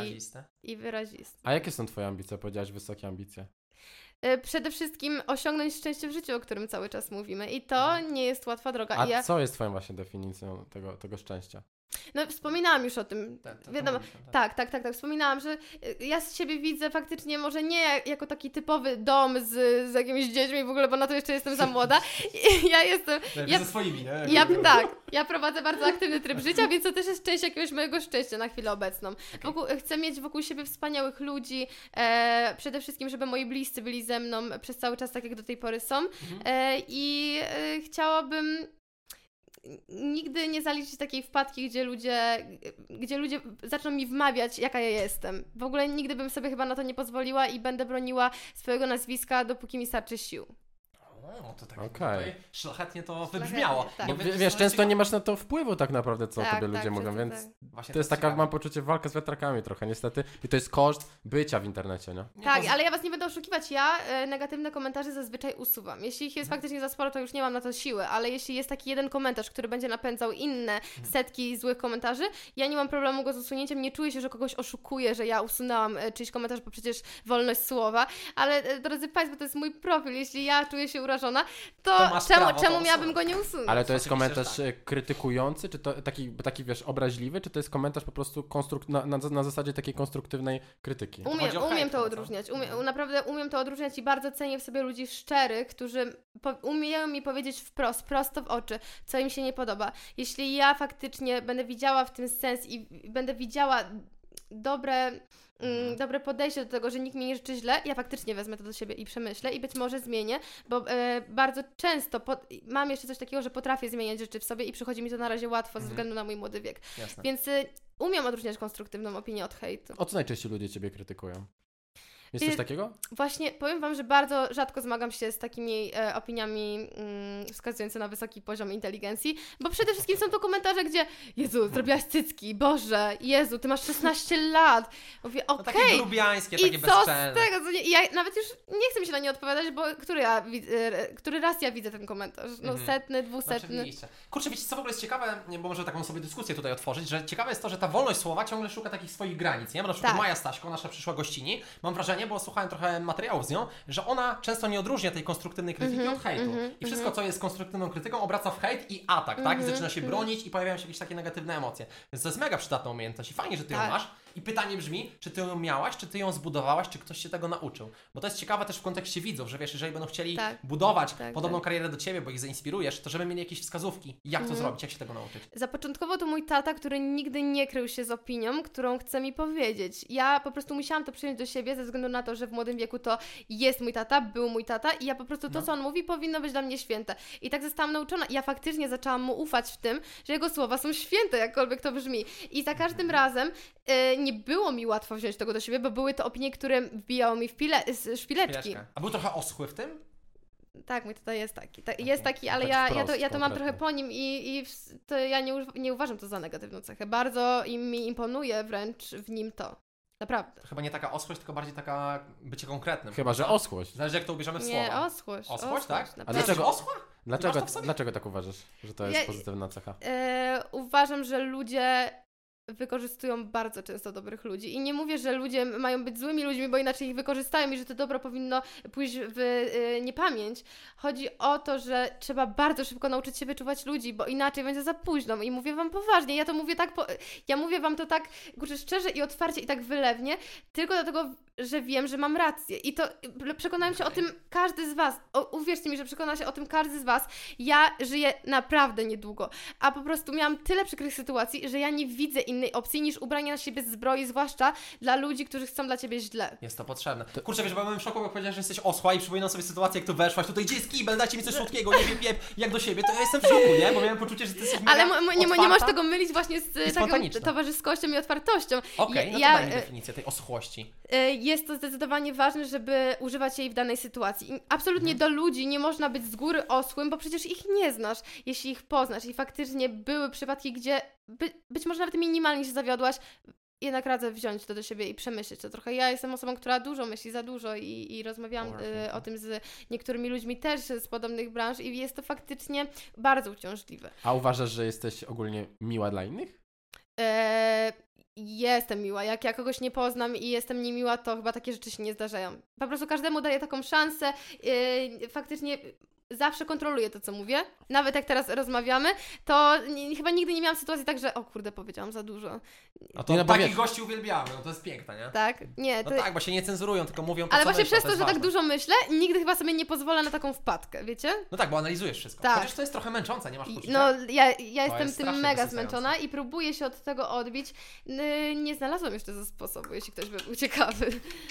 i wyrazisty. A jakie są twoje ambicje? Powiedziałaś wysokie ambicje. Przede wszystkim osiągnąć szczęście w życiu, o którym cały czas mówimy i to nie jest łatwa droga. A co jest twoją właśnie definicją tego szczęścia? No wspominałam już o tym, wiadomo, tak, wspominałam, że ja z siebie widzę faktycznie może nie jako taki typowy dom z jakimiś dziećmi w ogóle, bo na to jeszcze jestem za młoda. Ja jestem... Ze swoimi, nie? Ja prowadzę bardzo aktywny tryb życia, więc to też jest część jakiegoś mojego szczęścia na chwilę obecną. Chcę mieć wokół siebie wspaniałych ludzi, przede wszystkim, żeby moi bliscy byli ze mną przez cały czas, tak jak do tej pory są i chciałabym nigdy nie zaliczyć takiej wpadki, gdzie ludzie zaczną mi wmawiać, jaka ja jestem. W ogóle nigdy bym sobie chyba na to nie pozwoliła i będę broniła swojego nazwiska, dopóki mi starczy sił. O, to tak Okej. tutaj szlachetnie to wybrzmiało. tak. Nie Bo wiem, wiesz, co często ciekawe. nie masz na to wpływu tak naprawdę, co o Tak, tobie ludzie tak, mówią, często więc tak. Właśnie to jest taka, ciekawe. mam poczucie, walka z wiatrakami trochę niestety i to jest koszt bycia w internecie, nie? Nie, Tak, to- ale ja was nie będę oszukiwać, ja negatywne komentarze zazwyczaj usuwam. Jeśli ich jest faktycznie za sporo, to już nie mam na to siły, ale jeśli jest taki jeden komentarz, który będzie napędzał inne setki złych komentarzy, ja nie mam problemu go z usunięciem, nie czuję się, że kogoś oszukuję, że ja usunęłam czyjś komentarz, bo przecież wolność słowa, ale drodzy Państwo, to jest mój profil, jeśli ja czuję się urażona, To to masz czemu prawo to miałabym usunąć. go nie usunąć? Ale to jest Oczywiście, komentarz że krytykujący, czy to taki wiesz, obraźliwy, czy to jest komentarz po prostu na zasadzie takiej konstruktywnej krytyki? chodzi o hejt Umiem to chyba, co? odróżniać. Naprawdę umiem to odróżniać i bardzo cenię w sobie ludzi szczerych, którzy umieją mi powiedzieć wprost, prosto w oczy, co im się nie podoba. Jeśli ja faktycznie będę widziała w tym sens i będę widziała dobre podejście do tego, że nikt mi nie życzy źle, ja faktycznie wezmę to do siebie i przemyślę i być może zmienię, bo bardzo często mam jeszcze coś takiego, że potrafię zmieniać rzeczy w sobie i przychodzi mi to na razie łatwo ze względu na mój młody wiek. Jasne. Więc umiem odróżniać konstruktywną opinię od hejtu. O co najczęściej ludzie ciebie krytykują? Jest coś takiego? Właśnie powiem Wam, że bardzo rzadko zmagam się z takimi opiniami wskazującymi na wysoki poziom inteligencji, bo przede wszystkim są to komentarze, gdzie Jezu, zrobiłaś cycki, Boże, Jezu, Ty masz 16 lat. Mówię, No takie okej, grubiańskie, i takie co bezczelne. z tego? Co nie? I ja nawet już nie chcę mi się na nie odpowiadać, bo który raz ja widzę ten komentarz? No setny, No, 200. oczywiście. Kurczę, wiecie co w ogóle jest ciekawe, bo może taką sobie dyskusję tutaj otworzyć, że ciekawe jest to, że ta wolność słowa ciągle szuka takich swoich granic, nie? Bo na przykład Tak. Maja Staśko, nasza przyszła gościni, mam wrażenie, bo słuchałem trochę materiałów z nią, że ona często nie odróżnia tej konstruktywnej krytyki od hejtu. I wszystko, co jest konstruktywną krytyką, obraca w hejt i atak, tak? I zaczyna się bronić i pojawiają się jakieś takie negatywne emocje. Więc to jest mega przydatna umiejętność i fajnie, że ty ją Tak. masz. I pytanie brzmi, czy ty ją miałaś, czy ty ją zbudowałaś, czy ktoś się tego nauczył? Bo to jest ciekawe też w kontekście widzów, że wiesz, jeżeli będą chcieli Tak. budować Tak, podobną tak. karierę do ciebie, bo ich zainspirujesz, to żeby mieli jakieś wskazówki, jak to zrobić, jak się tego nauczyć. Zapoczątkowo to mój tata, który nigdy nie krył się z opinią, którą chce mi powiedzieć. Ja po prostu musiałam to przyjąć do siebie ze względu na to, że w młodym wieku to jest mój tata, był mój tata i ja po prostu to, co on mówi, powinno być dla mnie święte. I tak zostałam nauczona. I ja faktycznie zaczęłam mu ufać w tym, że jego słowa są święte, jakkolwiek to brzmi. I za każdym razem nie było mi łatwo wziąć tego do siebie, bo były to opinie, które wbijało mi w szpileczki. Chwileczkę. A był trochę oschły w tym? Tak, mój tata jest taki. Jest taki, ale Tak ja wprost, to mam konkretnie. trochę po nim to ja nie uważam to za negatywną cechę. Bardzo mi imponuje wręcz w nim to. Naprawdę. To chyba nie taka oschłość, tylko bardziej taka bycie konkretnym. Chyba, że oschłość. Zależy jak to ubierzemy w Nie, słowa. oschłość. Oschłość, tak? naprawdę. A Ty jesteś dlaczego? oschła? Masz to w sobie? Dlaczego tak uważasz, że to jest Ja- pozytywna cecha? Uważam, że ludzie wykorzystują bardzo często dobrych ludzi. I nie mówię, że ludzie mają być złymi ludźmi, bo inaczej ich wykorzystają i że to dobro powinno pójść w niepamięć. Chodzi o to, że trzeba bardzo szybko nauczyć się wyczuwać ludzi, bo inaczej będzie za późno. I mówię Wam poważnie, ja to mówię tak, ja mówię Wam to tak, kurczę, szczerze i otwarcie i tak wylewnie, tylko dlatego, że wiem, że mam rację. I to przekonałem się o tym każdy z Was. Uwierzcie mi, że przekona się o tym każdy z Was. Ja żyję naprawdę niedługo, a po prostu miałam tyle przykrych sytuacji, że ja nie widzę innej opcji niż ubranie na siebie zbroi, zwłaszcza dla ludzi, którzy chcą dla Ciebie źle. Jest to potrzebne. Kurczę, wiesz, bo byłem w szoku, jak powiedziałeś, że jesteś oschła i przypominam sobie sytuację, jak tu weszłaś, tutaj gdzie jest kibel, dajcie mi coś słodkiego, nie wiem, jak do siebie, to ja jestem w szoku, nie? Bo miałem poczucie, że ty jesteś mega Ale nie możesz otwarta. tego mylić właśnie z taką spontaniczna. towarzyskością i otwartością. Okej, no to daj mi definicję tej oschłości. Jest to zdecydowanie ważne, żeby używać jej w danej sytuacji. I absolutnie do ludzi nie można być z góry osłym, bo przecież ich nie znasz, jeśli ich poznasz. I faktycznie były przypadki, gdzie być może nawet minimalnie się zawiodłaś, jednak radzę wziąć to do siebie i przemyśleć to trochę. Ja jestem osobą, która dużo myśli, za dużo i rozmawiałam o tym z niektórymi ludźmi też z podobnych branż i jest to faktycznie bardzo uciążliwe. A uważasz, że jesteś ogólnie miła dla innych? Jestem miła. Jak ja kogoś nie poznam i jestem niemiła, to chyba takie rzeczy się nie zdarzają. Po prostu każdemu daję taką szansę. Faktycznie zawsze kontroluję to, co mówię. Nawet jak teraz rozmawiamy, to chyba nigdy nie miałam sytuacji tak, że o kurde, powiedziałam za dużo. No to Nie, no bo takich wiesz- gości uwielbiamy, no to jest piękne, nie? Tak? Nie, No to... tak, bo się nie cenzurują, tylko mówią to, Ale co właśnie myślą, przez to, jest że tak ważne. dużo myślę, nigdy chyba sobie nie pozwolę na taką wpadkę, wiecie? No tak, bo analizujesz wszystko. Tak. Chociaż to jest trochę męczące, nie masz poczucia? No, ja jestem jest tym strasznie mega wysycające. zmęczona i próbuję się od tego odbić. Nie znalazłam jeszcze ze sposobu, jeśli ktoś by był ciekawy.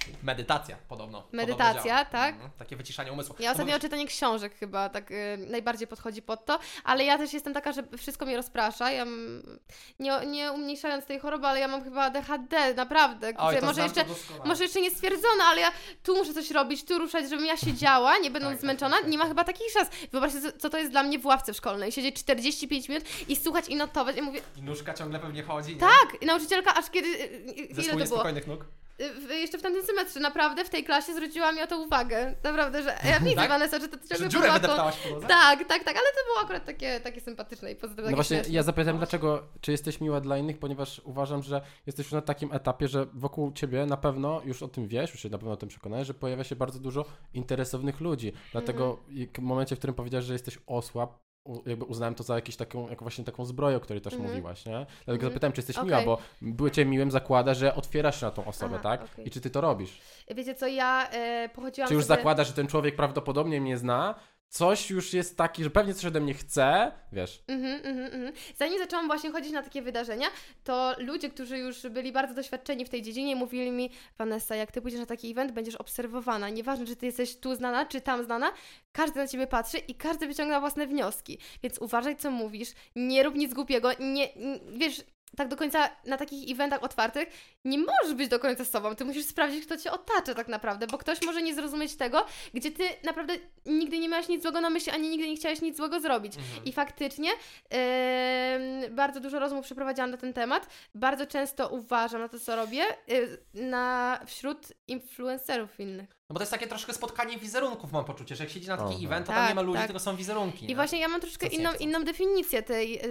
Medytacja podobno. Medytacja, Podobno działa. tak? Takie wyciszanie umysłu. Ja ostatnio czytanie książek chyba tak najbardziej podchodzi pod to, ale ja też jestem taka, że wszystko mnie rozprasza. Ja nie umniejszając tej choroby, ale ja mam chyba ADHD, naprawdę. Oj, to Może jeszcze nie stwierdzone, ale ja tu muszę coś robić, tu ruszać, żebym ja siedziała, nie będąc zmęczona. Nie ma chyba takich szans. Wyobraźcie, co to jest dla mnie w ławce w szkolnej. Siedzieć 45 minut i słuchać i notować. I mówię, I nóżka ciągle pewnie chodzi. Nie? tak! I nauczycielka aż kiedy... Zespół ile to było? niespokojnych nóg. Jeszcze w tamtym semestrze naprawdę w tej klasie zwróciła mi o to uwagę. Naprawdę, że ja widzę, Tak? Vanessa, że to ciągle Że dziurę było wydeptałaś po nodze? Tak, ale to było akurat takie sympatyczne i pozytywne. No właśnie, ja zapytałem dlaczego, czy jesteś miła dla innych, ponieważ uważam, że jesteś już na takim etapie, że wokół ciebie na pewno już o tym wiesz, już się na pewno o tym przekonałeś, że pojawia się bardzo dużo interesownych ludzi. Dlatego w momencie, w którym powiedziałeś, że jesteś osłab, jakby uznałem to za jakąś taką, jak właśnie taką zbroję, o której też mówiłaś, nie? Dlatego zapytałem, czy jesteś miła, bo bycie miłym zakłada, że otwierasz się na tą osobę, tak? Okay. I czy ty to robisz? Wiecie co, ja pochodziłam Czy już sobie... zakładasz, że ten człowiek prawdopodobnie mnie zna, coś już jest taki, że pewnie coś ode mnie chce, wiesz? Zanim zaczęłam właśnie chodzić na takie wydarzenia, to ludzie, którzy już byli bardzo doświadczeni w tej dziedzinie, mówili mi: Vanessa, jak ty pójdziesz na taki event, będziesz obserwowana. Nieważne, czy ty jesteś tu znana, czy tam znana, każdy na ciebie patrzy i każdy wyciąga własne wnioski. Więc uważaj, co mówisz, nie rób nic głupiego, wiesz... Tak do końca na takich eventach otwartych nie możesz być do końca sobą. Ty musisz sprawdzić, kto cię otacza tak naprawdę, bo ktoś może nie zrozumieć tego, gdzie ty naprawdę nigdy nie miałaś nic złego na myśli, ani nigdy nie chciałaś nic złego zrobić. I faktycznie bardzo dużo rozmów przeprowadziłam na ten temat. Bardzo często uważam na to, co robię, wśród influencerów innych. No bo to jest takie troszkę spotkanie wizerunków, mam poczucie, że jak siedzi na taki event, to tak, tam nie ma ludzi, tak. tylko są wizerunki. I nie? właśnie ja mam troszkę inną definicję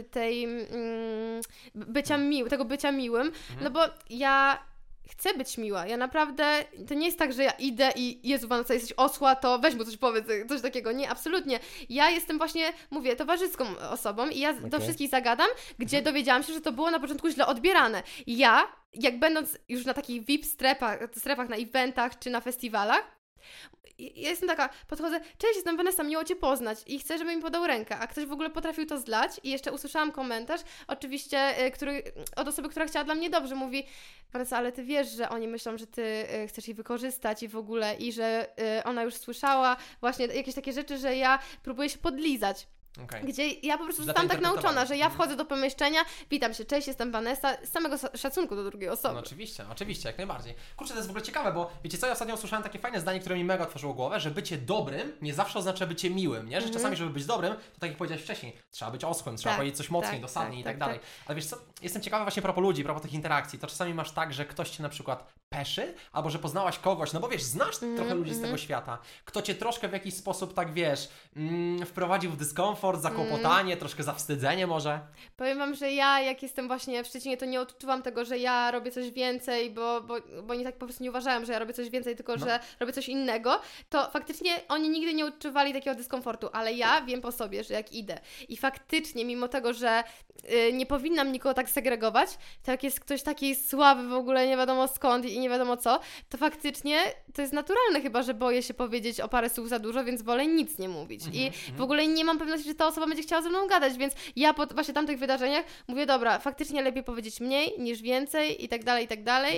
tego bycia miłym, no bo ja chcę być miła. Ja naprawdę, to nie jest tak, że ja idę i Jezu, Vanessa, jesteś osła, to weź mu coś powiedz, coś takiego. Nie, absolutnie. Ja jestem właśnie, mówię, towarzyską osobą i ja do wszystkich zagadam, gdzie dowiedziałam się, że to było na początku źle odbierane. Ja, jak będąc już na takich VIP strefach, na eventach czy na festiwalach, ja jestem taka, podchodzę: cześć, jestem Vanessa, miło Cię poznać i chcę, żeby mi podał rękę, a ktoś w ogóle potrafił to zlać i jeszcze usłyszałam komentarz, oczywiście, od osoby, która chciała dla mnie dobrze, mówi: Vanessa, ale Ty wiesz, że oni myślą, że Ty chcesz jej wykorzystać i w ogóle, i że ona już słyszała właśnie jakieś takie rzeczy, że ja próbuję się podlizać. Okay. Gdzie ja po prostu zostałam tak nauczona, że ja wchodzę do pomieszczenia, witam się, cześć, jestem Vanessa, z samego szacunku do drugiej osoby. No oczywiście, jak najbardziej. Kurczę, to jest w ogóle ciekawe, bo wiecie co, ja ostatnio usłyszałem takie fajne zdanie, które mi mega otworzyło głowę, że bycie dobrym nie zawsze oznacza bycie miłym, nie? Że czasami, żeby być dobrym, to tak jak powiedziałeś wcześniej, trzeba być oschłym, trzeba powiedzieć coś mocniej, dosadniej i tak dalej. Ale wiesz co, jestem ciekawy właśnie propos ludzi, propos tych interakcji, to czasami masz tak, że ktoś Cię na przykład peszy, albo że poznałaś kogoś, no bo wiesz, znasz trochę ludzi z tego świata, kto Cię troszkę w jakiś sposób, tak wiesz, wprowadził w dyskomfort, zakłopotanie, troszkę zawstydzenie może. Powiem Wam, że ja, jak jestem właśnie w Szczecinie, to nie odczuwam tego, że ja robię coś więcej, bo oni tak po prostu nie uważają, że ja robię coś więcej, tylko że robię coś innego, to faktycznie oni nigdy nie odczuwali takiego dyskomfortu, ale ja wiem po sobie, że jak idę i faktycznie, mimo tego, że nie powinnam nikogo tak segregować, to jak jest ktoś taki słaby w ogóle, nie wiadomo skąd i nie wiadomo co, to faktycznie to jest naturalne chyba, że boję się powiedzieć o parę słów za dużo, więc wolę nic nie mówić. I w ogóle nie mam pewności, że ta osoba będzie chciała ze mną gadać, więc ja po właśnie tamtych wydarzeniach mówię: dobra, faktycznie lepiej powiedzieć mniej niż więcej i tak dalej,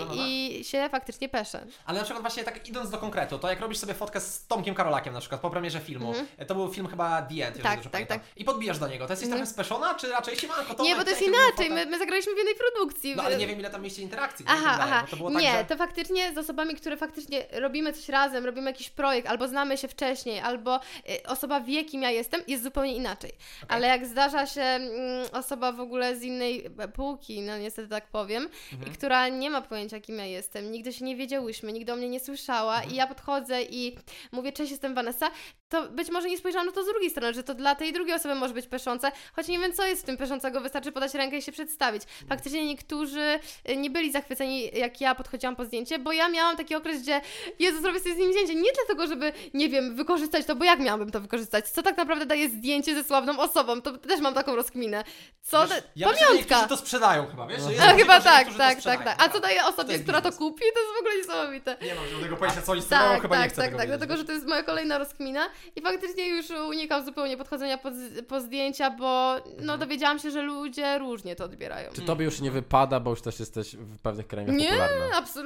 i się faktycznie peszę. Ale na przykład właśnie tak idąc do konkretu, to jak robisz sobie fotkę z Tomkiem Karolakiem na przykład po premierze filmu, to był film chyba The End, jeżeli dobrze pamiętam, i podbijasz do niego, to jesteś trochę speszona, czy raczej siemanko, Tomek? Nie, bo to jest inaczej, my zagraliśmy w jednej produkcji. No ale nie wiem, ile tam mieści interakcji. Aha, to było nie, tak, że... to faktycznie z osobami, które faktycznie robimy coś razem, robimy jakiś projekt, albo znamy się wcześniej, albo osoba wie, kim ja jestem, jest zupełnie inaczej. Okay. Ale jak zdarza się osoba w ogóle z innej półki, no niestety tak powiem, i która nie ma pojęcia, kim ja jestem, nigdy się nie wiedziałyśmy, nigdy o mnie nie słyszała i ja podchodzę i mówię: cześć, jestem Vanessa, to być może nie spojrzałam na to z drugiej strony, że to dla tej drugiej osoby może być peszące, choć nie wiem, co jest w tym peszącego, wystarczy podać rękę i się przedstawić. Faktycznie niektórzy nie byli zachwyceni, jak ja podchodziłam po zdjęcie, bo ja miałam taki okres, gdzie Jezu, zrobię sobie z nim zdjęcie, nie dlatego, żeby, nie wiem, wykorzystać to, bo jak miałabym to wykorzystać? Co tak naprawdę daje zdjęcie ze sławną osobą? To też mam taką rozkminę. Co? Wiesz, pamiątka! Niektórzy to sprzedają chyba, wiesz? Chyba tak. A co daje osobie, która to kupi? To jest w ogóle niesamowite. Nie mam żadnego pojęcia, co oni sprzedają, chyba nie chcę tego wiedzieć. Dlatego, że to jest moja kolejna rozkmina i faktycznie już unikam zupełnie podchodzenia po zdjęcia, bo dowiedziałam się, że ludzie różnie to odbierają. Czy tobie już nie wypada, bo już też jesteś w pewnych kręgach popularna? Nie, absolutnie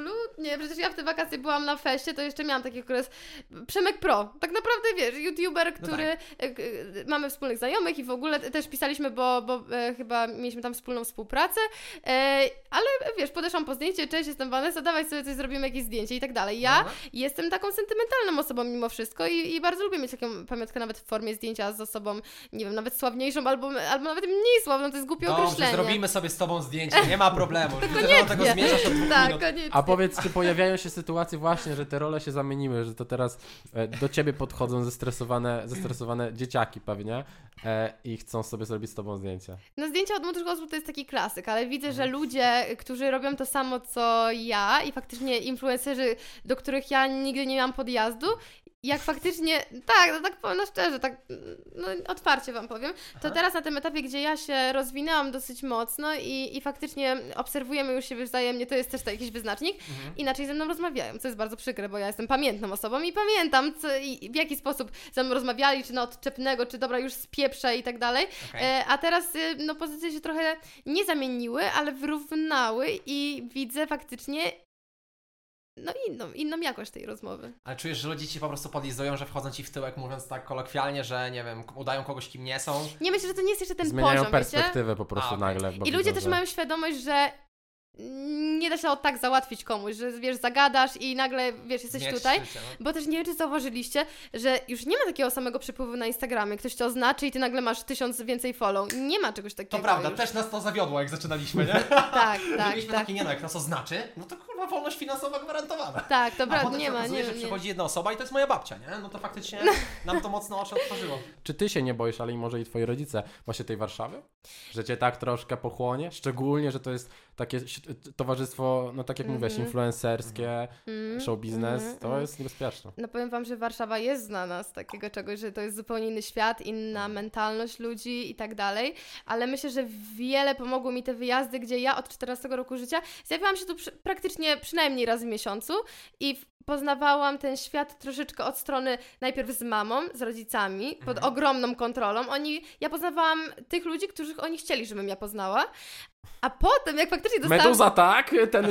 absolutnie. Przecież ja w te wakacje byłam na feście, to jeszcze miałam taki okres. Przemek Pro, tak naprawdę wiesz, youtuber, który mamy wspólnych znajomych i w ogóle też pisaliśmy, bo chyba mieliśmy tam wspólną współpracę, ale wiesz, podeszłam po zdjęcie, cześć, jestem Vanessa, dawaj sobie coś zrobimy, jakieś zdjęcie i tak dalej. Ja jestem taką sentymentalną osobą mimo wszystko i bardzo lubię mieć taką pamiątkę nawet w formie zdjęcia z osobą, nie wiem, nawet sławniejszą albo nawet mniej sławną, to jest głupie określenie. Zrobimy sobie z tobą zdjęcie, nie ma problemu. Widzę, że do tego zmierzasz od 2 minut. Koniecznie. A powiedz, czy pojawiają się sytuacje właśnie, że te role się zamieniły, że to teraz do ciebie podchodzą zestresowane dzieciaki pewnie i chcą sobie zrobić z tobą zdjęcie. No zdjęcia od młodych osób to jest taki klasyk, ale widzę, że ludzie, którzy robią to samo co ja i faktycznie influencerzy, do których ja nigdy nie miałam podjazdu, jak faktycznie, tak, no tak powiem szczerze, tak no, otwarcie Wam powiem, to teraz na tym etapie, gdzie ja się rozwinęłam dosyć mocno i faktycznie obserwujemy już siebie wzajemnie, to jest też jakiś wyznacznik, inaczej ze mną rozmawiają, co jest bardzo przykre, bo ja jestem pamiętną osobą i pamiętam i w jaki sposób ze mną rozmawiali, czy na odczepnego, czy dobra, już spieprzę i tak dalej, a teraz no pozycje się trochę nie zamieniły, ale wyrównały i widzę faktycznie no inną jakość tej rozmowy. Ale czujesz, że ludzie ci po prostu podlizują, że wchodzą ci w tyłek, mówiąc tak kolokwialnie, że nie wiem, udają kogoś, kim nie są? Nie, myślę, że to nie jest jeszcze ten Zmieniają poziom, perspektywę wiecie? po prostu nagle. I ludzie też mają świadomość, że nie da się o tak załatwić komuś, że wiesz, zagadasz i nagle, wiesz, jesteś tutaj, bo też nie wiem, czy zauważyliście, że już nie ma takiego samego przepływu na Instagramie, ktoś cię oznaczy i ty nagle masz 1000 więcej follow. Nie ma czegoś takiego. To prawda, już. też nas to zawiodło, jak zaczynaliśmy, nie? Tak. Mieliśmy taki, nie no, jak nas oznaczy, no to kurwa wolność finansowa gwarantowana. Tak, to prawda, potem nie się ma, okazuje, że nie. przychodzi jedna osoba i to jest moja babcia, nie? No to faktycznie nam to mocno oczy otworzyło. Czy ty się nie boisz, ale i może i twoi rodzice, właśnie tej Warszawy? Że cię tak troszkę pochłonie? Szczególnie, że to jest takie towarzystwo, no tak jak mówiłaś, influencerskie, show biznes, to jest niebezpieczne. No powiem Wam, że Warszawa jest znana z takiego czegoś, że to jest zupełnie inny świat, inna mentalność ludzi i tak dalej, ale myślę, że wiele pomogły mi te wyjazdy, gdzie ja od 14 roku życia zjawiałam się tu praktycznie przynajmniej raz w miesiącu i poznawałam ten świat troszeczkę od strony najpierw z mamą, z rodzicami, pod ogromną kontrolą. Ja poznawałam tych ludzi, których oni chcieli, żebym ja poznała, a potem, jak faktycznie dostałam... Meduza tak, ten nie.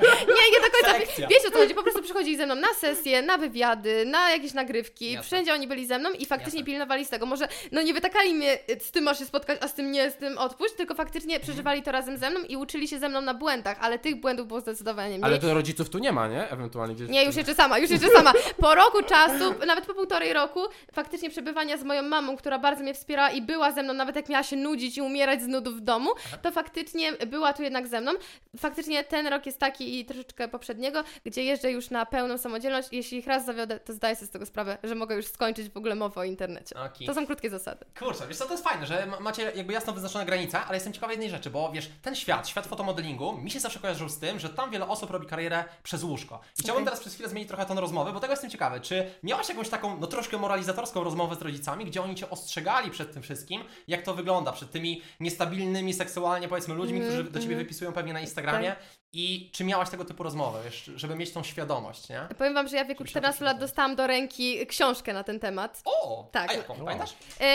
nie do końca. Selekcja. Wiecie o co chodzi, po prostu przychodzili ze mną na sesje, na wywiady, na jakieś nagrywki, Jasne. wszędzie oni byli ze mną i faktycznie Jasne. pilnowali z tego. Może, no nie wytakali mnie, z tym masz się spotkać, a z tym nie, z tym odpuść, tylko faktycznie przeżywali to razem ze mną i uczyli się ze mną na błędach, ale tych błędów było zdecydowanie mniej. Ale to rodziców tu nie ma, nie? Ewentualnie gdzieś... Nie, już jeszcze sama. Po roku czasu, nawet po 1,5 roku, faktycznie przebywania z moją mamą, która bardzo mnie wspierała i była ze mną, nawet jak miała się nudzić i umierać z nudów w domu, to faktycznie była tu jednak ze mną. Faktycznie ten rok jest taki i troszeczkę poprzedniego, gdzie jeżdżę już na pełną samodzielność i jeśli ich raz zawiodę, to zdaję sobie z tego sprawę, że mogę już skończyć w ogóle mowę o internecie. Okay. To są krótkie zasady. Kurczę, wiesz co, to jest fajne, że macie jakby jasno wyznaczone granice, ale jestem ciekawa jednej rzeczy, bo wiesz, ten świat fotomodelingu mi się zawsze kojarzył z tym, że tam wiele osób robi karierę przez łóżko. I chciałbym teraz przez chwilę zmienić trochę ton rozmowy, bo tego jestem ciekawy. Czy miałaś jakąś taką, no troszkę moralizatorską rozmowę z rodzicami, gdzie oni cię ostrzegali przed tym wszystkim, jak to wygląda, przed tymi niestabilnymi seksualnie, powiedzmy, ludźmi, którzy do ciebie wypisują pewnie na Instagramie? Tak. I czy miałaś tego typu rozmowę, wiesz, żeby mieć tą świadomość, nie? Powiem Wam, że ja w wieku 14 lat dostałam do ręki książkę na ten temat. O! Tak. A jaką, pamiętasz?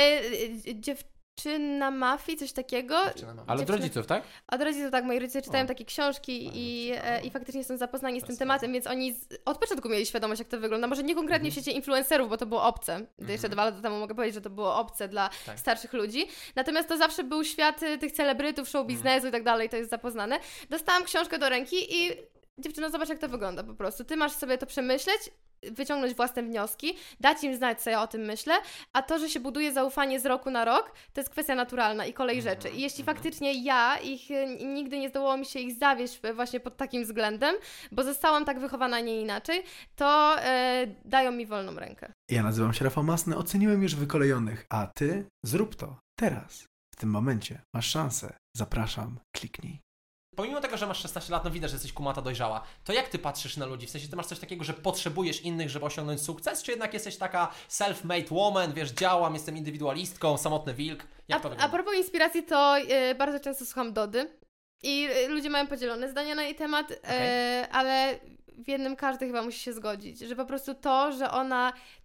Dziewczyna mafii, coś takiego. Ale od rodziców, tak? Od rodziców, tak, moi rodzice czytają takie książki i faktycznie są zapoznani z tym tematem, więc oni od początku mieli świadomość, jak to wygląda. Może nie konkretnie w świecie influencerów, bo to było obce. Jeszcze 2 lata temu mogę powiedzieć, że to było obce dla starszych ludzi. Natomiast to zawsze był świat tych celebrytów, show biznesu i tak dalej, to jest zapoznane. Dostałam książkę do ręki i dziewczyno, zobacz, jak to wygląda po prostu. Ty masz sobie to przemyśleć, wyciągnąć własne wnioski, dać im znać, co ja o tym myślę, a to, że się buduje zaufanie z roku na rok, to jest kwestia naturalna i kolej rzeczy. I jeśli faktycznie nigdy nie zdołało mi się ich zawieść właśnie pod takim względem, bo zostałam tak wychowana, nie inaczej, to dają mi wolną rękę. Ja nazywam się Rafał Masny, oceniłem już wykolejonych, a ty zrób to teraz, w tym momencie. Masz szansę. Zapraszam, kliknij. Pomimo tego, że masz 16 lat, no widać, że jesteś kumata dojrzała, to jak ty patrzysz na ludzi? W sensie, ty masz coś takiego, że potrzebujesz innych, żeby osiągnąć sukces, czy jednak jesteś taka self-made woman, wiesz, działam, jestem indywidualistką, samotny wilk? Jak to wygląda? A propos inspiracji, to bardzo często słucham Dody i ludzie mają podzielone zdania na jej temat, ale w jednym każdy chyba musi się zgodzić, że po prostu to, że ona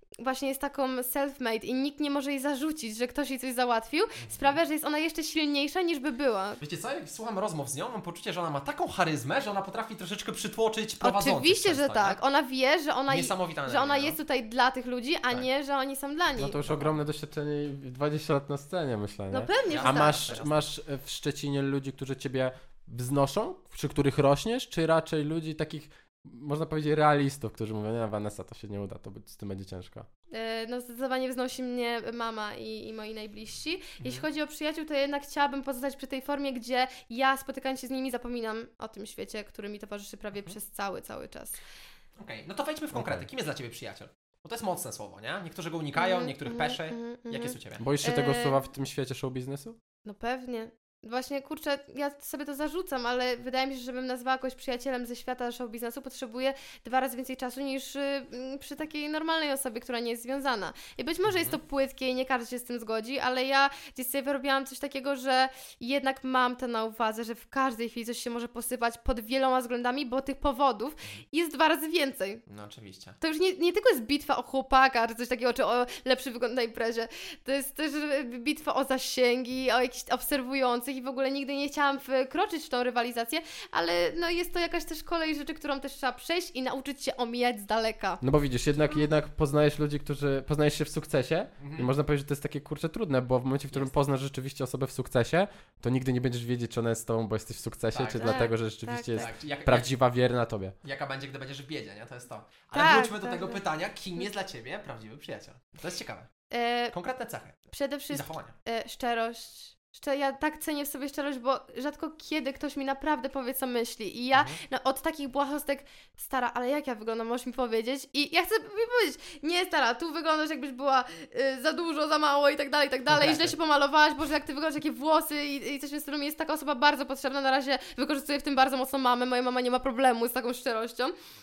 właśnie jest taką self-made i nikt nie może jej zarzucić, że ktoś jej coś załatwił, sprawia, że jest ona jeszcze silniejsza niż by była. Wiecie co, jak słucham rozmów z nią, mam poczucie, że ona ma taką charyzmę, że ona potrafi troszeczkę przytłoczyć prowadzących. Oczywiście, często, że tak. nie? Ona wie, że ona, Niesamowita że ona energia, jest tutaj dla tych ludzi, a Tak. nie, że oni są dla niej. No to już ogromne doświadczenie, 20 lat na scenie, myślę, nie? No pewnie, że A tak. masz w Szczecinie ludzi, którzy ciebie wznoszą, przy których rośniesz, czy raczej ludzi takich, można powiedzieć, realistów, którzy mówią, nie, Vanessa, to się nie uda, z tym będzie ciężko. No zdecydowanie wznosi mnie mama i moi najbliżsi. Jeśli chodzi o przyjaciół, to jednak chciałabym pozostać przy tej formie, gdzie ja spotykając się z nimi zapominam o tym świecie, który mi towarzyszy prawie przez cały czas. Okej, no to wejdźmy w konkrety. Kim jest dla ciebie przyjaciel? Bo to jest mocne słowo, nie? Niektórzy go unikają, niektórych peszy. Jak jest u ciebie? Boisz się tego słowa w tym świecie show biznesu? No pewnie. Właśnie, kurczę, ja sobie to zarzucam, ale wydaje mi się, że żebym nazwała kogoś przyjacielem ze świata show biznesu, potrzebuję 2 razy więcej czasu niż przy takiej normalnej osobie, która nie jest związana. I być może jest to płytkie i nie każdy się z tym zgodzi, ale ja gdzieś sobie wyrobiłam coś takiego, że jednak mam to na uwadze, że w każdej chwili coś się może posypać pod wieloma względami, bo tych powodów jest 2 razy więcej. No oczywiście. To już nie tylko jest bitwa o chłopaka, czy coś takiego, czy o lepszy wygląd na imprezie. To jest też bitwa o zasięgi, o jakichś obserwujących i w ogóle nigdy nie chciałam wkroczyć w tą rywalizację, ale no jest to jakaś też kolej rzeczy, którą też trzeba przejść i nauczyć się omijać z daleka. No bo widzisz, jednak poznajesz ludzi, poznajesz się w sukcesie i można powiedzieć, że to jest takie kurczę trudne, bo w momencie, w którym poznasz rzeczywiście osobę w sukcesie, to nigdy nie będziesz wiedzieć, czy ona jest z tobą, bo jesteś w sukcesie, Tak, czy tak, dlatego, że rzeczywiście jest Tak, prawdziwa, wierna tobie. Jaka będzie, gdy będziesz w biedzie, nie? To jest to. Ale Tak, wróćmy do tak, tego tak. pytania, kim jest dla ciebie prawdziwy przyjaciel? To jest ciekawe. Konkretne cechy Przede i wszystkim zachowania. szczerość. Ja tak cenię w sobie szczerość, bo rzadko kiedy ktoś mi naprawdę powie, co myśli. I ja od takich błahostek, stara, ale jak ja wyglądam, możesz mi powiedzieć? I ja chcę mi powiedzieć, nie stara, tu wyglądasz jakbyś była za dużo, za mało i tak dalej, źle się pomalowałaś, Boże, jak ty wyglądasz, jakie włosy i coś w tym stylu. Mi jest taka osoba bardzo potrzebna, na razie wykorzystuję w tym bardzo mocno mamę, moja mama nie ma problemu z taką szczerością.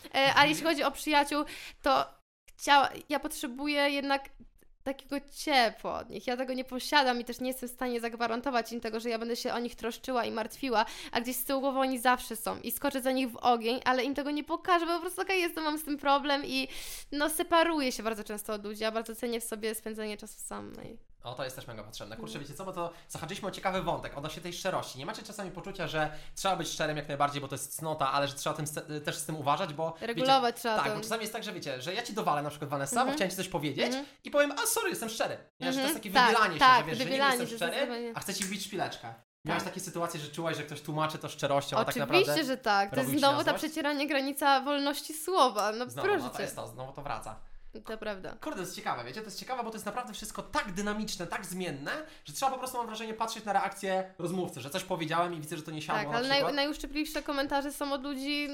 A jeśli chodzi o przyjaciół, to ja potrzebuję jednak takiego ciepła od nich. Ja tego nie posiadam i też nie jestem w stanie zagwarantować im tego, że ja będę się o nich troszczyła i martwiła, a gdzieś z tyłu głowy oni zawsze są i skoczę za nich w ogień, ale im tego nie pokażę, bo po prostu okej, jestem, mam z tym problem i no separuję się bardzo często od ludzi, a bardzo cenię w sobie spędzanie czasu samej. O, to jest też mega potrzebne. Kurczę, wiecie co, bo to zahaczyliśmy o ciekawy wątek odnośnie tej szczerości. Nie macie czasami poczucia, że trzeba być szczerym jak najbardziej, bo to jest cnota, ale że trzeba też z tym uważać, bo Regulować trzeba tak, to. bo czasami jest tak, że wiecie, że ja ci dowalę na przykład Vanessa, bo chciałem ci coś powiedzieć i powiem, a sorry, jestem szczery. Nie, że to jest takie wybielanie się, że wiesz, że nie jestem szczery, a chcę ci wbić szpileczkę. Miałeś takie sytuacje, że czułaś, że ktoś tłumaczy to szczerością, a tak naprawdę... Oczywiście, że tak. To jest robił ci znowu na ta złość? przecieranie granica wolności słowa. No Znowu, proszę no to cię. jest to, znowu to wraca. To prawda. Kurde, to jest ciekawe, wiecie, to jest ciekawe, bo to jest naprawdę wszystko tak dynamiczne, tak zmienne, że trzeba po prostu, mam wrażenie, patrzeć na reakcję rozmówcy, że coś powiedziałem i widzę, że to nie siadło Tak, na ale przykład. najuszczypliwsze komentarze są od ludzi,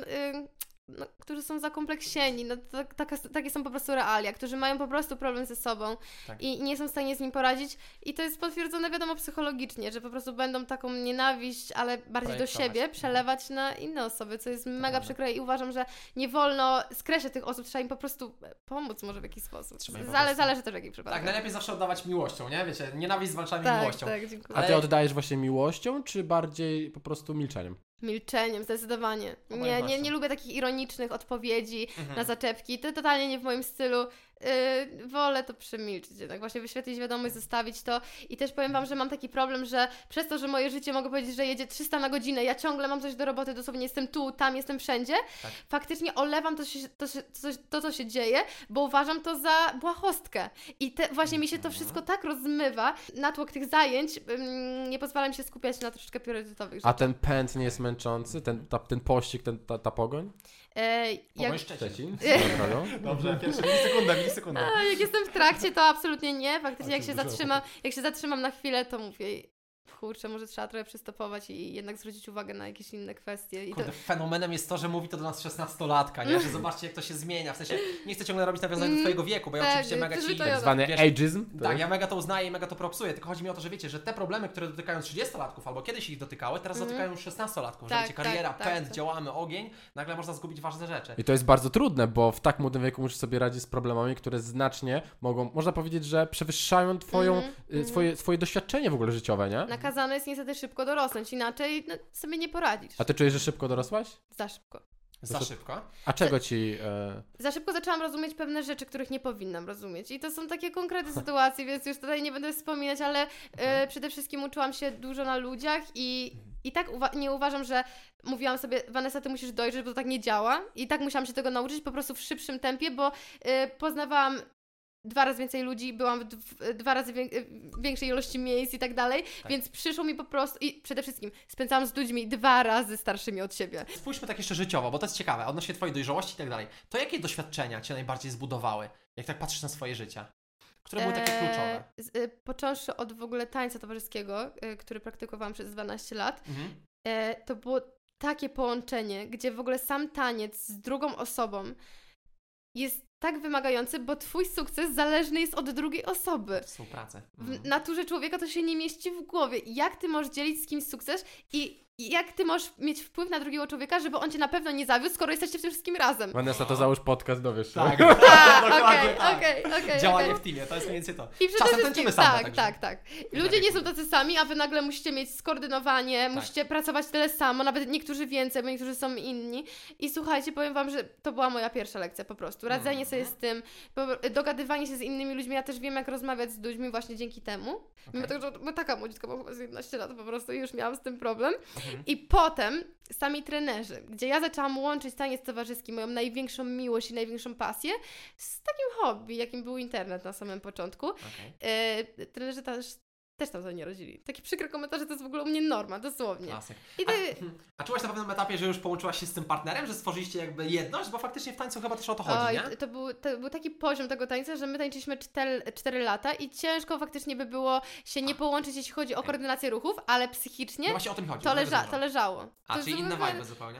którzy są zakompleksieni. No, takie są po prostu realia, którzy mają po prostu problem ze sobą i nie są w stanie z nim poradzić. I to jest potwierdzone, wiadomo, psychologicznie, że po prostu będą taką nienawiść, ale bardziej do siebie przelewać na inne osoby, co jest mega przykre i uważam, że nie wolno skreślać tych osób, trzeba im po prostu pomóc może w jakiś sposób. Zależy też w jakim przypadku. Tak, najlepiej zawsze oddawać miłością, nie? Wiecie, nienawiść zwalczamy tak, miłością. Tak, dziękuję. A ty oddajesz właśnie miłością, czy bardziej po prostu milczeniem? Milczeniem, zdecydowanie. Nie lubię takich ironicznych odpowiedzi na zaczepki. To totalnie nie w moim stylu. Wolę to przemilczyć, jednak właśnie wyświetlić wiadomość, zostawić to i też powiem Wam, że mam taki problem, że przez to, że moje życie mogę powiedzieć, że jedzie 300 na godzinę, ja ciągle mam coś do roboty, dosłownie jestem tu, tam, jestem wszędzie, faktycznie olewam to, co się dzieje, bo uważam to za błahostkę i właśnie mi się to wszystko tak rozmywa, natłok tych zajęć nie pozwala mi się skupiać na troszeczkę priorytetowych rzeczach. A ten pęd nie jest męczący? Ten pościg, ta pogoń? Pogoń Szczecin. Dobrze, pierwsze milisekunda. Jak jestem w trakcie, to absolutnie nie. Faktycznie jak się zatrzymam na chwilę, to mówię, kurczę, może trzeba trochę przystopować i jednak zwrócić uwagę na jakieś inne kwestie. Kurde, fenomenem jest to, że mówi to do nas 16-latka, nie? Że zobaczcie, jak to się zmienia. W sensie, nie chcę ciągle robić nawiązań do twojego wieku, bo ja oczywiście mega ci... Tak zwany ageism. Tak, ja mega to uznaję i mega to propsuję, tylko chodzi mi o to, że wiecie, że te problemy, które dotykają 30-latków albo kiedyś ich dotykały, teraz dotykają już 16-latków, że wiecie, kariera, pęd, działamy, ogień, nagle można zgubić ważne rzeczy. I to jest bardzo trudne, bo w tak młodym wieku musisz sobie radzić z problemami, które znacznie mogą, można powiedzieć, że przewyższają twoje doświadczenie w ogóle życiowe, nie? Nakazane jest niestety szybko dorosnąć, inaczej sobie nie poradzisz. A ty czujesz, że szybko dorosłaś? Za szybko. Za szybko? A czego ci... Za szybko zaczęłam rozumieć pewne rzeczy, których nie powinnam rozumieć. I to są takie konkretne sytuacje, więc już tutaj nie będę wspominać, ale przede wszystkim uczyłam się dużo na ludziach i tak nie uważam, że mówiłam sobie, Vanessa, ty musisz dojrzeć, bo to tak nie działa. I tak musiałam się tego nauczyć po prostu w szybszym tempie, bo poznawałam 2 razy więcej ludzi, byłam w 2 razy większej ilości miejsc i tak dalej, więc przyszło mi po prostu i przede wszystkim spędzałam z ludźmi 2 razy starszymi od siebie. Spójrzmy tak jeszcze życiowo, bo to jest ciekawe, odnośnie twojej dojrzałości i tak dalej. To jakie doświadczenia cię najbardziej zbudowały, jak tak patrzysz na swoje życie? Które były takie kluczowe? Począwszy od w ogóle tańca towarzyskiego, który praktykowałam przez 12 lat, to było takie połączenie, gdzie w ogóle sam taniec z drugą osobą jest tak wymagający, bo twój sukces zależny jest od drugiej osoby. Współpracę. W naturze człowieka to się nie mieści w głowie. Jak ty możesz dzielić z kimś sukces i jak ty możesz mieć wpływ na drugiego człowieka, żeby on cię na pewno nie zawiódł, skoro jesteście w tym wszystkim razem? Vanessa, to załóż podcast, dowiesz się. Tak. Okej. Działanie w teamie, to jest mniej więcej to. I przede Czasem wszystkim, tańczymy same, tak. Ludzie nie są tacy sami, a wy nagle musicie mieć skoordynowanie, musicie pracować tyle samo, nawet niektórzy więcej, bo niektórzy są inni. I słuchajcie, powiem wam, że to była moja pierwsza lekcja po prostu. Radzenie sobie z tym, dogadywanie się z innymi ludźmi. Ja też wiem, jak rozmawiać z ludźmi właśnie dzięki temu. Mimo tego, że taka młodziutka, bo chyba z 11 lat po prostu i już miałam z tym problem. I potem sami trenerzy, gdzie ja zaczęłam łączyć taniec towarzyski, moją największą miłość i największą pasję z takim hobby, jakim był internet na samym początku. Trenerzy też tam za nie rodzili. Takie przykre komentarze to jest w ogóle u mnie norma, dosłownie. Klasyk. I A czułaś na pewnym etapie, że już połączyłaś się z tym partnerem, że stworzyliście jakby jedność? Bo faktycznie w tańcu chyba też o to chodzi, nie? To był taki poziom tego tańca, że my tańczyliśmy 4 lata i ciężko faktycznie by było się nie połączyć, jeśli chodzi o koordynację ruchów, ale psychicznie No właśnie o tym chodzi. to leżało. A, To czyli jest inne w ogóle- vibe zupełnie?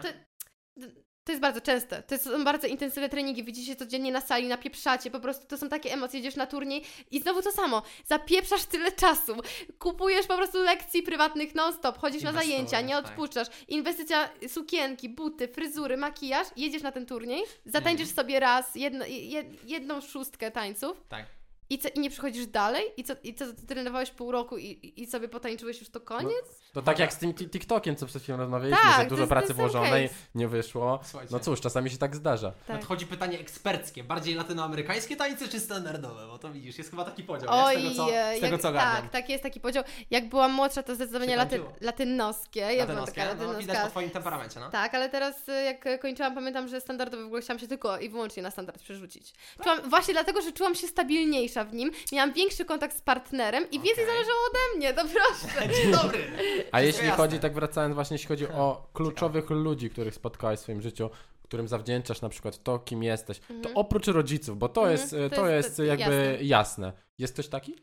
To jest bardzo częste. To są bardzo intensywne treningi. Widzicie się codziennie na sali, napieprzacie. Po prostu to są takie emocje. Idziesz na turniej i znowu to samo. Zapieprzasz tyle czasu. Kupujesz po prostu lekcji prywatnych non-stop. Chodzisz na zajęcia, nie odpuszczasz. Inwestycja, sukienki, buty, fryzury, makijaż. Jedziesz na ten turniej, zatańczysz sobie raz jedną szóstkę tańców. Tak. I nie przychodzisz dalej? I co trenowałeś pół roku i sobie potańczyłeś już to koniec? To tak jak z tym TikTokiem, co przed chwilą rozmawialiśmy, Tak, że dużo to pracy jest włożonej, case. nie wyszło. Słuchajcie. No cóż, czasami się tak zdarza. Tak. Nadchodzi pytanie eksperckie. Bardziej latynoamerykańskie tańce czy standardowe? Bo to widzisz, jest chyba taki podział, nie? Z tego co ogarniam. Tak, jest taki podział. Jak byłam młodsza, to zdecydowanie Się tańczyło. latynoskie. Ja byłam Latynoskie? taka No, widać latynoska. po twoim temperamencie, no. Tak, ale teraz jak kończyłam, pamiętam, że standardowy w ogóle chciałam się tylko i wyłącznie na standard przerzucić. Właśnie dlatego, że czułam się stabilniejsza w nim, miałam większy kontakt z partnerem i więcej zależało ode mnie, to proszę. Dzień dobry. A jeśli jasne. chodzi, tak wracając właśnie, jeśli chodzi o kluczowych ludzi, których spotkałaś w swoim życiu, którym zawdzięczasz na przykład to, kim jesteś, to oprócz rodziców, bo to jest jakby jasne. Jest ktoś taki?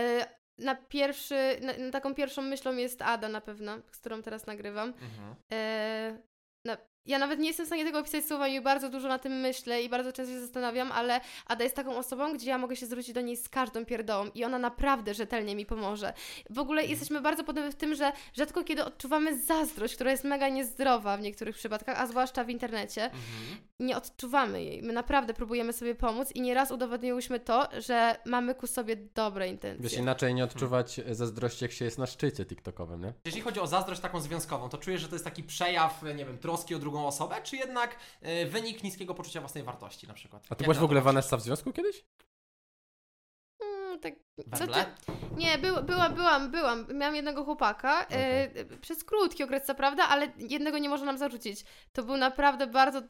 Na taką pierwszą myślą jest Ada na pewno, z którą teraz nagrywam. Ja nawet nie jestem w stanie tego opisać słowami i bardzo dużo na tym myślę i bardzo często się zastanawiam, ale Ada jest taką osobą, gdzie ja mogę się zwrócić do niej z każdą pierdołą i ona naprawdę rzetelnie mi pomoże. W ogóle jesteśmy bardzo podobni w tym, że rzadko kiedy odczuwamy zazdrość, która jest mega niezdrowa w niektórych przypadkach, a zwłaszcza w internecie. Nie odczuwamy jej. My naprawdę próbujemy sobie pomóc i nieraz udowodniłyśmy to, że mamy ku sobie dobre intencje. Wiesz, inaczej nie odczuwać zazdrości, jak się jest na szczycie TikTokowym, nie? Jeżeli chodzi o zazdrość taką związkową, to czujesz, że to jest taki przejaw, nie wiem, troski o drugą osobę, czy jednak wynik niskiego poczucia własnej wartości na przykład? A ty Jak byłaś na w to ogóle patrzysz? Vanessa w związku kiedyś? Tak, Węgle? Nie, byłam. Miałam jednego chłopaka, przez krótki okres co prawda, ale jednego nie można nam zarzucić. To był naprawdę bardzo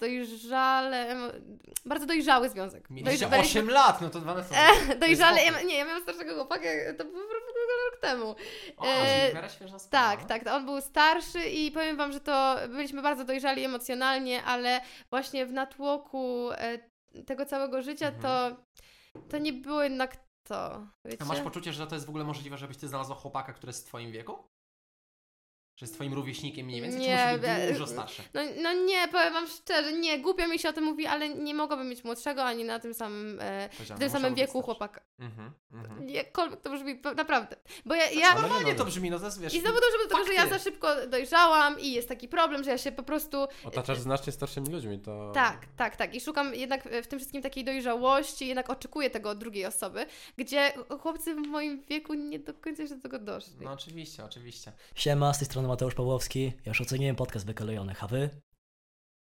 dojrzały związek. Mieliście 8 lat, no to Vanessa. Dojrzale, ja miałam starszego chłopaka, to był rok temu. W miarę świeża sprawa. Tak, on był starszy i powiem wam, że to byliśmy bardzo dojrzali emocjonalnie, ale właśnie w natłoku tego całego życia to nie było jednak to, wiecie? A masz poczucie, że to jest w ogóle możliwe, żebyś ty znalazła chłopaka, który jest w twoim wieku? Że jest twoim rówieśnikiem mniej więcej, Nie, czy musi być dużo starszy? No nie, powiem wam szczerze, nie, głupio mi się o tym mówi, ale nie mogłabym mieć młodszego ani na tym samym, w tym samym wieku chłopaka. Jakkolwiek to brzmi, naprawdę. Bo ja Normalnie to brzmi, no to jest, wiesz... I znowu to, że ja za szybko dojrzałam i jest taki problem, że ja się po prostu... Otaczasz znacznie starszymi ludźmi, to... Tak. I szukam jednak w tym wszystkim takiej dojrzałości, jednak oczekuję tego od drugiej osoby, gdzie chłopcy w moim wieku nie do końca jeszcze do tego doszli. No oczywiście. Siema, z tej strony Mateusz Pawłowski. Ja już oceniłem podcast Wykolejonych, a wy?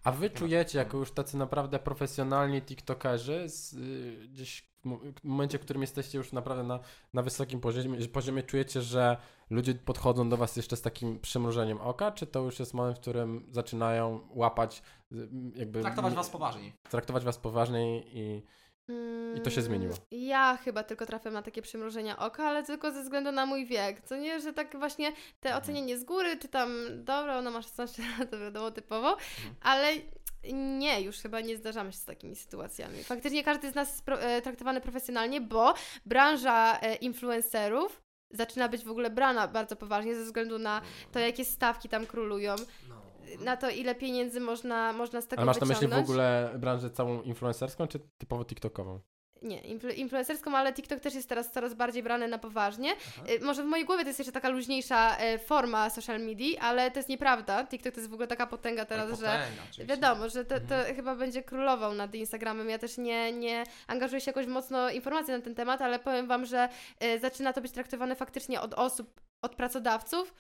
A wy czujecie, jako już tacy naprawdę profesjonalni tiktokerzy, gdzieś w momencie, w którym jesteście już naprawdę na wysokim poziomie, czujecie, że ludzie podchodzą do was jeszcze z takim przymrużeniem oka, czy to już jest moment, w którym zaczynają łapać, jakby... Traktować was poważniej i to się zmieniło? Ja chyba tylko trafiam na takie przymrużenia oka, ale tylko ze względu na mój wiek. Co nie, że tak właśnie te ocenienie z góry, czy tam, dobra, ona ma 16 lat, to wiadomo typowo, ale nie, już chyba nie zdarzamy się z takimi sytuacjami. Faktycznie każdy z nas jest traktowany profesjonalnie, bo branża influencerów zaczyna być w ogóle brana bardzo poważnie ze względu na to, jakie stawki tam królują. Na to, ile pieniędzy można z tego Ale masz na myśli wyciągnąć. w ogóle branżę całą influencerską, czy typowo tiktokową? Nie, influencerską, ale TikTok też jest teraz coraz bardziej brany na poważnie. Może w mojej głowie to jest jeszcze taka luźniejsza forma social media, ale to jest nieprawda. TikTok to jest w ogóle taka potęga teraz, że wiadomo, że to chyba będzie królował nad Instagramem. Ja też nie angażuję się jakoś mocno informacji na ten temat, ale powiem Wam, że zaczyna to być traktowane faktycznie od osób, od pracodawców,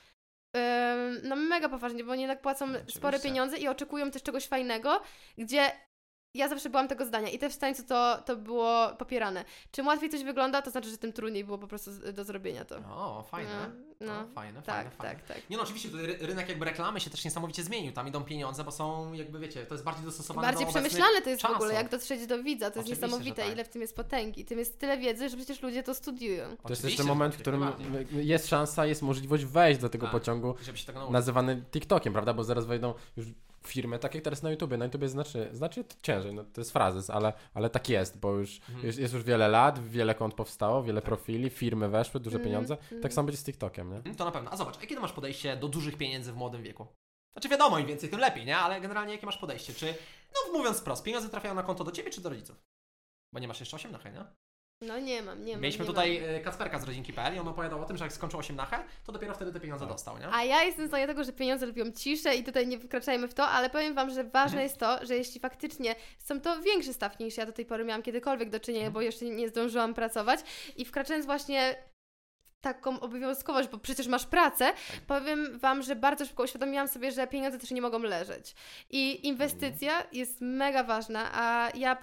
no mega poważnie, bo oni jednak płacą spore pieniądze i oczekują też czegoś fajnego, gdzie ja zawsze byłam tego zdania i też w tańcu to było popierane. Czym łatwiej coś wygląda, to znaczy, że tym trudniej było po prostu do zrobienia to. O, fajne. Fajne. Tak. Nie no, oczywiście tutaj rynek jakby reklamy się też niesamowicie zmienił. Tam idą pieniądze, bo są jakby, wiecie, to jest bardziej dostosowane bardziej do przemyślane to jest czasów. w ogóle, jak dotrzeć do widza. To jest Oczywiście, niesamowite, ile w tym jest potęgi. Tym jest tyle wiedzy, że przecież ludzie to studiują. To jest jeszcze moment, w którym jest szansa, jest możliwość wejść do tego pociągu, żeby się tego nauczyć. nazywany TikTokiem, prawda? Bo zaraz wejdą już firmy, tak jak teraz na YouTubie. Na YouTubie znaczy to ciężej, no, to jest frazes, ale tak jest, bo już jest już wiele lat, wiele kont powstało, wiele profili, firmy weszły, duże pieniądze. Tak samo będzie z TikTokiem, nie? To na pewno. A zobacz, a kiedy masz podejście do dużych pieniędzy w młodym wieku? Znaczy wiadomo, im więcej, tym lepiej, nie? Ale generalnie jakie masz podejście? Czy, no mówiąc wprost, pieniądze trafiają na konto do ciebie czy do rodziców? Bo nie masz jeszcze 18, nie? No nie mam. Mieliśmy tutaj Kacperka z rodzinki.pl i on opowiadał o tym, że jak skończył 18, to dopiero wtedy te pieniądze dostał, nie? A ja jestem zdania tego, że pieniądze lubią ciszę i tutaj nie wkraczajmy w to, ale powiem Wam, że ważne jest to, że jeśli faktycznie są to większe stawki niż ja do tej pory miałam kiedykolwiek do czynienia, bo jeszcze nie zdążyłam pracować i wkraczając właśnie taką obowiązkowość, bo przecież masz pracę, powiem Wam, że bardzo szybko uświadomiłam sobie, że pieniądze też nie mogą leżeć. I inwestycja jest mega ważna, a ja,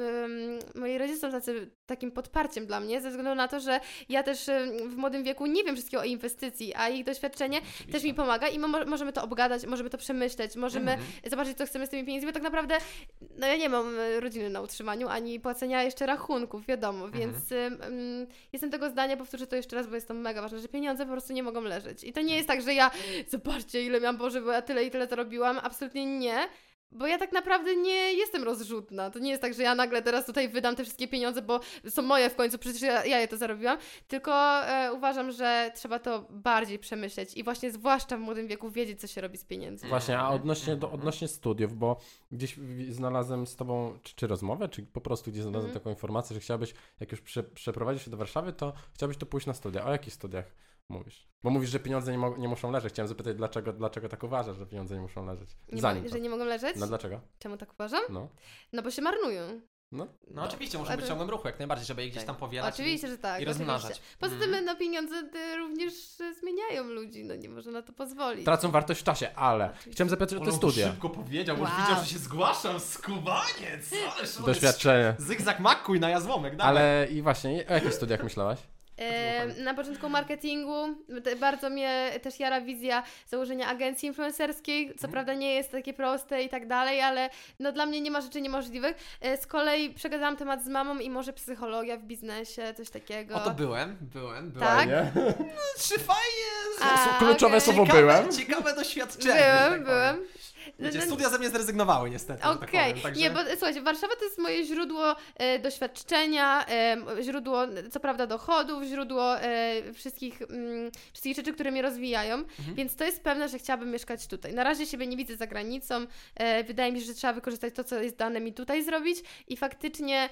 moi rodzice są takim podparciem dla mnie, ze względu na to, że ja też w młodym wieku nie wiem wszystkiego o inwestycji, a ich doświadczenie też mi pomaga i możemy to obgadać, możemy to przemyśleć, możemy zobaczyć, co chcemy z tymi pieniędzmi, bo tak naprawdę no ja nie mam rodziny na utrzymaniu, ani płacenia jeszcze rachunków, wiadomo, więc jestem tego zdania, powtórzę to jeszcze raz, bo jest to mega ważne, że pieniądze po prostu nie mogą leżeć. I to nie jest tak, że ja, zobaczcie ile miałam, Boże, bo ja tyle i tyle zarobiłam. Absolutnie nie. Bo ja tak naprawdę nie jestem rozrzutna. To nie jest tak, że ja nagle teraz tutaj wydam te wszystkie pieniądze, bo są moje w końcu, przecież ja je to zarobiłam. Tylko uważam, że trzeba to bardziej przemyśleć i właśnie zwłaszcza w młodym wieku wiedzieć, co się robi z pieniędzmi. Właśnie, a odnośnie studiów, bo gdzieś znalazłem z Tobą czy rozmowę, czy po prostu gdzieś znalazłem taką informację, że chciałabyś, jak już przeprowadzisz się do Warszawy, to chciałabyś tu pójść na studia. O jakich studiach mówisz? Bo mówisz, że pieniądze nie muszą leżeć. Chciałem zapytać, dlaczego tak uważasz, że pieniądze nie muszą leżeć? Że nie mogą leżeć? No dlaczego? Czemu tak uważam? No bo się marnują. No oczywiście, muszą być w ciągłym ruchu, jak najbardziej, żeby je gdzieś tam powielać. Oczywiście, że tak. I rozmnażać. Poza tym pieniądze również zmieniają ludzi, no nie można na to pozwolić. Tracą wartość w czasie, ale chciałem zapytać o te studia. Szybko powiedział, bo już widział, że się zgłaszam, skubaniec! Doświadczenie. Zygzak McQueen na jazłomek, dawaj. Ale i właśnie, o jakich studiach myślałaś? Na początku marketingu bardzo mnie też jara wizja założenia agencji influencerskiej, co prawda nie jest takie proste i tak dalej, ale no dla mnie nie ma rzeczy niemożliwych. Z kolei przegadałam temat z mamą i może psychologia w biznesie, coś takiego. O to byłem. Tak? Czy fajnie? Kluczowe słowo byłem. Ciekawe doświadczenie. Byłem. Wiecie, studia ze mnie zrezygnowały niestety. Okej, tak także... nie, bo słuchajcie, Warszawa to jest moje źródło doświadczenia, źródło co prawda dochodów, źródło wszystkich rzeczy, które mnie rozwijają, więc to jest pewne, że chciałabym mieszkać tutaj. Na razie siebie nie widzę za granicą, wydaje mi się, że trzeba wykorzystać to, co jest dane mi tutaj zrobić i faktycznie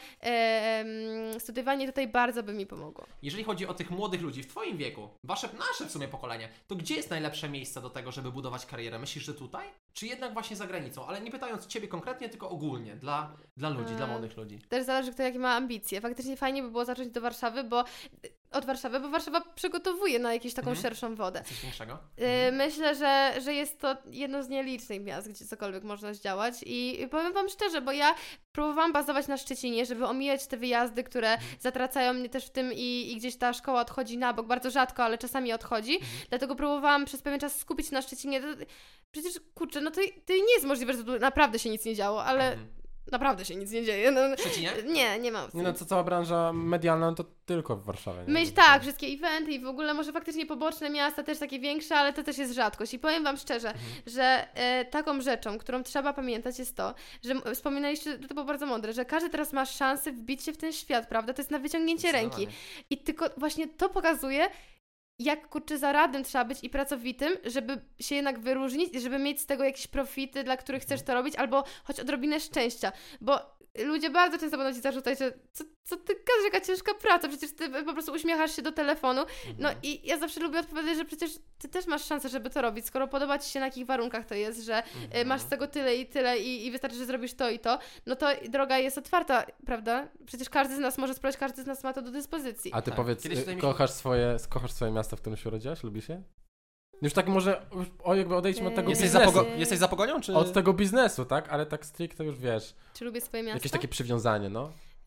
studiowanie tutaj bardzo by mi pomogło. Jeżeli chodzi o tych młodych ludzi w Twoim wieku, nasze w sumie pokolenie, to gdzie jest najlepsze miejsce do tego, żeby budować karierę? Myślisz, że tutaj? Czy jednak właśnie za granicą? Ale nie pytając Ciebie konkretnie, tylko ogólnie, dla ludzi, dla młodych ludzi. Też zależy, kto jakie ma ambicje. Faktycznie fajnie by było zacząć do Warszawy, bo od Warszawy, bo Warszawa przygotowuje na jakąś taką szerszą wodę. Coś większego? Myślę, że jest to jedno z nielicznych miast, gdzie cokolwiek można zdziałać i powiem Wam szczerze, bo ja próbowałam bazować na Szczecinie, żeby omijać te wyjazdy, które zatracają mnie też w tym i gdzieś ta szkoła odchodzi na bok, bardzo rzadko, ale czasami odchodzi, dlatego próbowałam przez pewien czas skupić się na Szczecinie. Przecież, kurczę, no to nie jest możliwe, że tu naprawdę się nic nie działo, ale naprawdę się nic nie dzieje. No, W Szczecinie? nie ma opcji. Nie no, cała branża medialna to tylko w Warszawie. Nie? Myślę tak, wszystkie eventy i w ogóle może faktycznie poboczne miasta też takie większe, ale to też jest rzadkość. I powiem Wam szczerze, że taką rzeczą, którą trzeba pamiętać jest to, że wspominaliście, to było bardzo mądre, że każdy teraz ma szansę wbić się w ten świat, prawda? To jest na wyciągnięcie ręki. I tylko właśnie to pokazuje, jak kurczę zaradnym trzeba być i pracowitym, żeby się jednak wyróżnić i żeby mieć z tego jakieś profity, dla których chcesz to robić, albo choć odrobinę szczęścia, bo ludzie bardzo często będą Ci zarzucać, że co ty gadasz, jaka ciężka praca, przecież Ty po prostu uśmiechasz się do telefonu, no i ja zawsze lubię odpowiadać, że przecież Ty też masz szansę, żeby to robić, skoro podoba Ci się, na jakich warunkach to jest, że masz z tego tyle i tyle i wystarczy, że zrobisz to i to, no to droga jest otwarta, prawda? Przecież każdy z nas może spróbować, każdy z nas ma to do dyspozycji. A Ty powiedz, Kiedyś tutaj kochasz swoje miasto, w którym się urodziłaś? Lubisz je? Już tak może, jakby odejdźmy od tego biznesu. Jesteś za pogonią, czy... Od tego biznesu, tak? Ale tak stricte już wiesz. Czy lubię swoje miasto? Jakieś takie przywiązanie, no.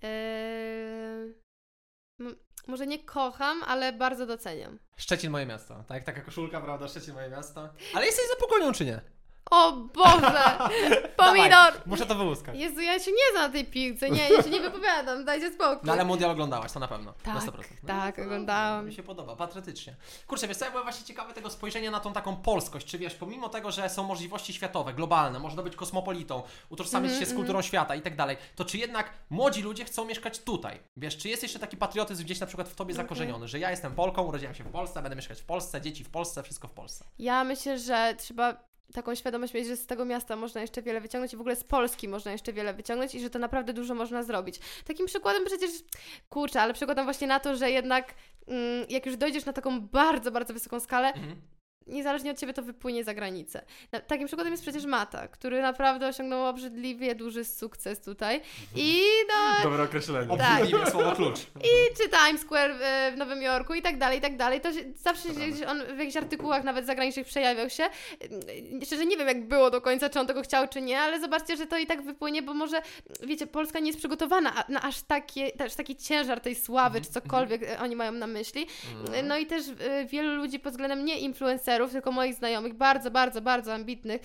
Może nie kocham, ale bardzo doceniam. Szczecin moje miasto, tak? Taka koszulka, prawda? Szczecin moje miasto. Ale jesteś za pogonią, czy nie? O Boże! Pomidor! Dawaj, muszę to wyłuskać. Jezu, ja się nie znam na tej piłce, ja się nie wypowiadam, dajcie spokój. No ale mundial oglądałaś, to na pewno. Tak, na 100%. No, tak, no, oglądałam. Mi się podoba, patriotycznie. Kurczę, wiesz co, ja byłem właśnie ciekawy tego spojrzenia na tą taką polskość, czy wiesz, pomimo tego, że są możliwości światowe, globalne, można być kosmopolitą, utożsamić się z kulturą świata i tak dalej, to czy jednak młodzi ludzie chcą mieszkać tutaj? Wiesz, czy jest jeszcze taki patriotyzm gdzieś na przykład w tobie zakorzeniony, że ja jestem Polką, urodziłam się w Polsce, będę mieszkać w Polsce, dzieci w Polsce, wszystko w Polsce? Ja myślę, że trzeba taką świadomość mieć, że z tego miasta można jeszcze wiele wyciągnąć i w ogóle z Polski można jeszcze wiele wyciągnąć i że to naprawdę dużo można zrobić. Takim przykładem przecież, kurczę, ale przykładem właśnie na to, że jednak jak już dojdziesz na taką bardzo, bardzo wysoką skalę, niezależnie od Ciebie to wypłynie za granicę. Takim przykładem jest przecież Mata, który naprawdę osiągnął obrzydliwie duży sukces tutaj i no... Dobre określenie. Tak. Obrzydliwe słowo klucz. Czy Times Square w Nowym Jorku i tak dalej, i tak dalej. To zawsze gdzieś on w jakichś artykułach nawet zagranicznych przejawiał się. Szczerze nie wiem, jak było do końca, czy on tego chciał, czy nie, ale zobaczcie, że to i tak wypłynie, bo może, wiecie, Polska nie jest przygotowana na aż taki ciężar tej sławy, czy cokolwiek oni mają na myśli. No i też wielu ludzi pod względem nie influencerów, tylko moich znajomych, bardzo, bardzo, bardzo ambitnych,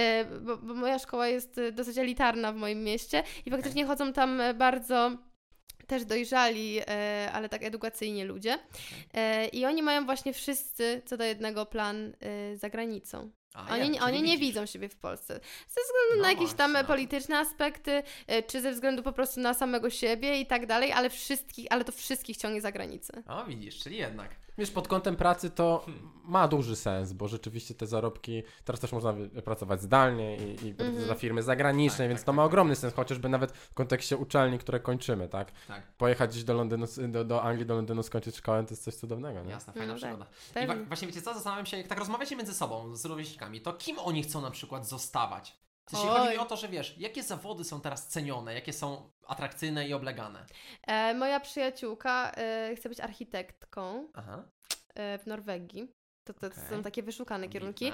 bo moja szkoła jest dosyć elitarna w moim mieście i faktycznie chodzą tam bardzo też dojrzali, ale tak edukacyjnie ludzie. I oni mają właśnie wszyscy co do jednego plan za granicą. Oni nie widzą siebie w Polsce. Ze względu na jakieś tam polityczne aspekty, czy ze względu po prostu na samego siebie i tak dalej, ale to wszystkich ciągnie za granicę. O, widzisz, czyli jednak. Wiesz, pod kątem pracy to ma duży sens, bo rzeczywiście te zarobki, teraz też można pracować zdalnie i za firmy zagraniczne, więc to ma ogromny sens, chociażby nawet w kontekście uczelni, które kończymy, tak? Pojechać gdzieś do Londynu, do Anglii, do Londynu, skończyć szkołę, to jest coś cudownego, nie? Jasne, fajna przygoda. Tak, I właśnie wiecie co, zastanawiam się, jak tak rozmawiacie między sobą, z rówieśnikami, to kim oni chcą na przykład zostawać? W sensie chodzi mi o to, że wiesz, jakie zawody są teraz cenione, jakie są atrakcyjne i oblegane? Moja przyjaciółka chce być architektką Aha. w Norwegii. To są takie wyszukane kierunki.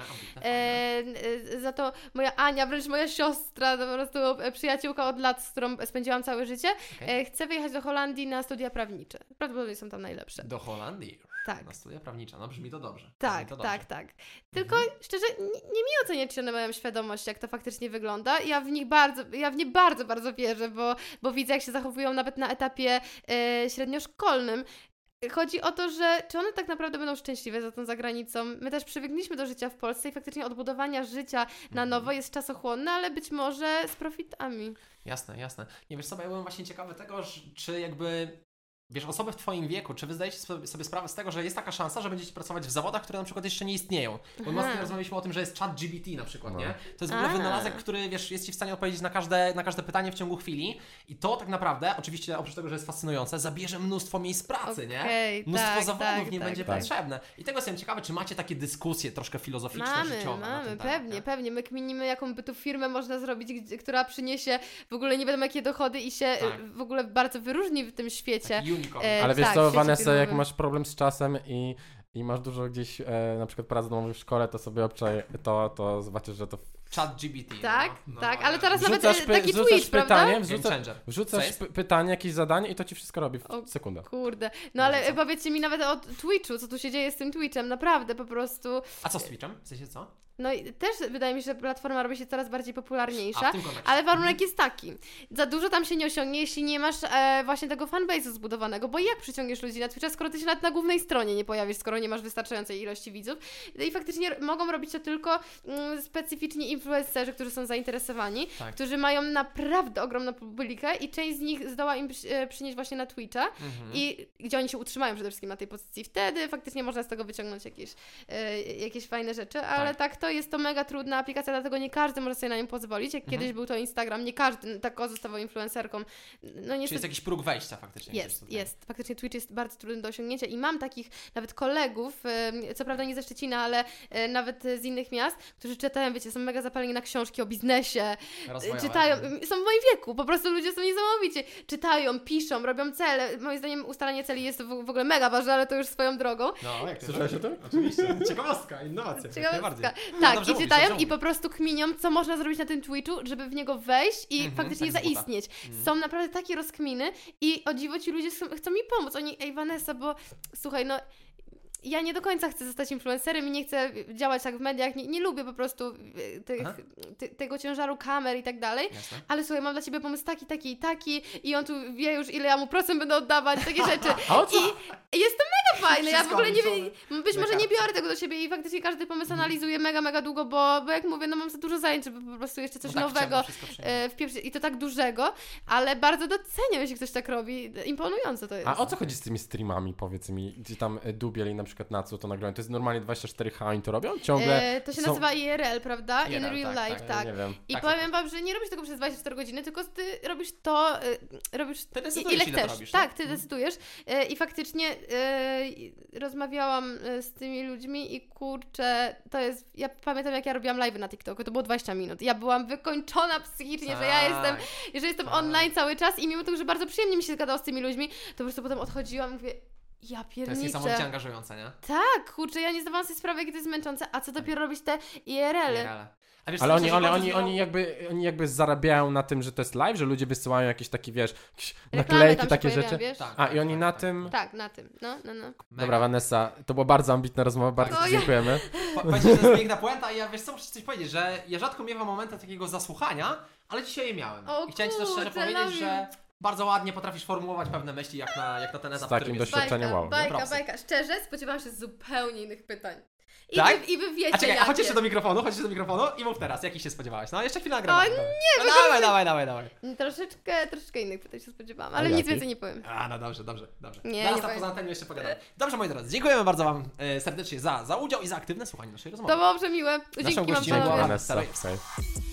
Ambitne, Za to moja Ania, wręcz moja siostra, to po prostu przyjaciółka od lat, z którą spędziłam całe życie, chce wyjechać do Holandii na studia prawnicze. Prawdopodobnie są tam najlepsze. Do Holandii? Tak. Na studia prawnicze, no brzmi to dobrze. Tak. Tylko szczerze, nie mi oceniać, czy one mają świadomość, jak to faktycznie wygląda. Ja w nie bardzo, bardzo wierzę, bo widzę, jak się zachowują nawet na etapie średnioszkolnym. Chodzi o to, że czy one tak naprawdę będą szczęśliwe za tą zagranicą. My też przywykliśmy do życia w Polsce i faktycznie odbudowania życia na nowo jest czasochłonne, ale być może z profitami. Jasne. Nie wiesz co, ja byłem właśnie ciekawy tego, czy jakby... Wiesz, osoby w Twoim wieku, czy Wy zdajecie sobie sprawę z tego, że jest taka szansa, że będziecie pracować w zawodach, które na przykład jeszcze nie istnieją? Bo my ostatnio rozmawialiśmy o tym, że jest ChatGPT na przykład, nie? To jest w ogóle wynalazek, który, wiesz, jest Ci w stanie odpowiedzieć na każde pytanie w ciągu chwili i to tak naprawdę, oczywiście oprócz tego, że jest fascynujące, zabierze mnóstwo miejsc pracy, nie? Mnóstwo zawodów nie będzie potrzebne. I tego jestem ciekawy, czy macie takie dyskusje troszkę filozoficzne, życiowe na ten temat, pewnie. My kminimy, jaką by tu firmę można zrobić, która przyniesie w ogóle nie wiadomo jakie dochody i się w ogóle bardzo wyróżni w tym świecie. unicorn. Ale wiesz tak, co, w świecie Vanessa, jak filmowym. masz problem z czasem i masz dużo gdzieś na przykład prac domowych w szkole, to sobie obczaj to zobaczysz, że to Chat GPT. Tak, no, tak, ale teraz wrzucasz nawet taki tweet, prawda? pytanie, Game changer. Co wrzucasz jest? pytanie, jakieś zadanie i to ci wszystko robi O, w sekundę. Kurde, no ale powiedzcie mi nawet o Twitchu, co tu się dzieje z tym Twitchem, naprawdę po prostu, A co z Twitchem? W sensie co? no i też wydaje mi się, że platforma robi się coraz bardziej A, popularniejsza, w tym kontekście. ale warunek jest taki, za dużo tam się nie osiągnie, jeśli nie masz właśnie tego fanbase'u zbudowanego, bo jak przyciągniesz ludzi na Twitcha, skoro ty się nawet na głównej stronie nie pojawisz, skoro nie masz wystarczającej ilości widzów. I faktycznie mogą robić to tylko specyficzni influencerzy, którzy są zainteresowani, Tak. którzy mają naprawdę ogromną publikę i część z nich zdoła im przynieść właśnie na Twitcha i gdzie oni się utrzymają przede wszystkim na tej pozycji. Wtedy faktycznie można z tego wyciągnąć jakieś fajne rzeczy, ale tak to jest to mega trudna aplikacja, dlatego nie każdy może sobie na nią pozwolić. Jak kiedyś był to Instagram, nie każdy tak zostawał influencerką. No Czyli niestety jest jakiś próg wejścia faktycznie. jest. Faktycznie Twitch jest bardzo trudny do osiągnięcia i mam takich nawet kolegów, co prawda nie ze Szczecina, ale nawet z innych miast, którzy czytają, wiecie, są mega zapaleni na książki o biznesie, Rozwojowe. czytają, są w moim wieku, po prostu ludzie są niesamowici, czytają, piszą, robią cele. Moim zdaniem ustalanie celi jest w ogóle mega ważne, ale to już swoją drogą. No, jak Słyszałeś o tym? Oczywiście. Ciekawostka, innowacja. Ciekawostka. No, Tak, dobrze i mówisz, czytają dobrze i po prostu kminią, co można zrobić na tym Twitchu, żeby w niego wejść i faktycznie tak z buta. zaistnieć. Są naprawdę takie rozkminy i o dziwo ci ludzie chcą mi pomóc. Oni, ej Vanessa, bo słuchaj, no ja nie do końca chcę zostać influencerem i nie chcę działać tak w mediach, nie lubię po prostu tego ciężaru kamer i tak dalej, Jasne. ale słuchaj, mam dla ciebie pomysł taki i on tu wie już, ile ja mu procent będę oddawać, takie rzeczy. A o co? I jest to mega fajne, ja w Wszystko ogóle nie obliczone. wiem, być Na może nie kartce. biorę tego do siebie i faktycznie każdy pomysł analizuję mega długo, bo jak mówię, no mam za dużo zajęć, żeby po prostu jeszcze coś No tak, nowego chciałbym wszystko przyjąć. wpieprzyć i to tak dużego, ale bardzo doceniam, jeśli ktoś tak robi, imponujące to jest. A o co chodzi z tymi streamami, powiedz mi, gdzie tam Dubiel i na przykład na co to nagrają? To jest normalnie 24H oni to robią? Ciągle To się są... nazywa IRL, prawda? In IRL, real tak, life, tak. tak. Nie wiem. I Tak, powiem tak. wam, że nie robisz tego przez 24 godziny, tylko ty robisz to, robisz Ty decydujesz, ile ile to chcesz. robisz, tak, nie? ty decydujesz. I faktycznie rozmawiałam z tymi ludźmi i kurczę, to jest, ja pamiętam jak ja robiłam live'y na TikToku, to było 20 minut. Ja byłam wykończona psychicznie, że ja jestem online cały czas i mimo tego, że bardzo przyjemnie mi się gadało z tymi ludźmi, to po prostu potem odchodziłam i mówię, ja To jest pierniczę. niesamowicie angażujące, nie? Tak, kurczę, ja nie zdawałam sobie sprawy, jakie to jest męczące, a co dopiero robić te IRL-y. A wiesz, Ale co, myślę, że bardzo dużo- oni jakby zarabiają na tym, że to jest live, że ludzie wysyłają jakieś takie, wiesz, jakieś Reklamy naklejki, tam się takie pojawiają, rzeczy. wiesz? Tak, A tak, i oni tak, na tak, tym... Tak, na tym. No. Mega. Dobra, Vanessa, to była bardzo ambitna rozmowa, bardzo O, Ci ja- dziękujemy. Powiedz, że to jest piękna puenta i ja wiesz co, muszę ci coś powiedzieć, że ja rzadko miewam momenty takiego zasłuchania, ale dzisiaj je miałem. O I chciałem ci też szczerze kurczę, powiedzieć, love że bardzo ładnie potrafisz formułować pewne myśli jak na ten etap, Z takim którym jest. doświadczeniem. wow, nie? Bajka. Szczerze, spodziewałam się zupełnie innych pytań. I, Tak? wy wiecie A czekaj, jakie. chodź jeszcze do mikrofonu i mów teraz, jakich się spodziewałaś? No jeszcze chwilę nagramy. O nie, Dawaj. Troszeczkę innych pytań się spodziewałam, ale A nic jakich? więcej nie powiem. A, no dobrze. Nie, Zaraz nie na powiem. poza anteniu jeszcze pogadamy. Dobrze, moi drodzy, dziękujemy bardzo Wam serdecznie za udział i za aktywne słuchanie naszej rozmowy. To było przemiłe. Naszą Dzięki wam gościnią panowie. była Vanessa, Safe. safe.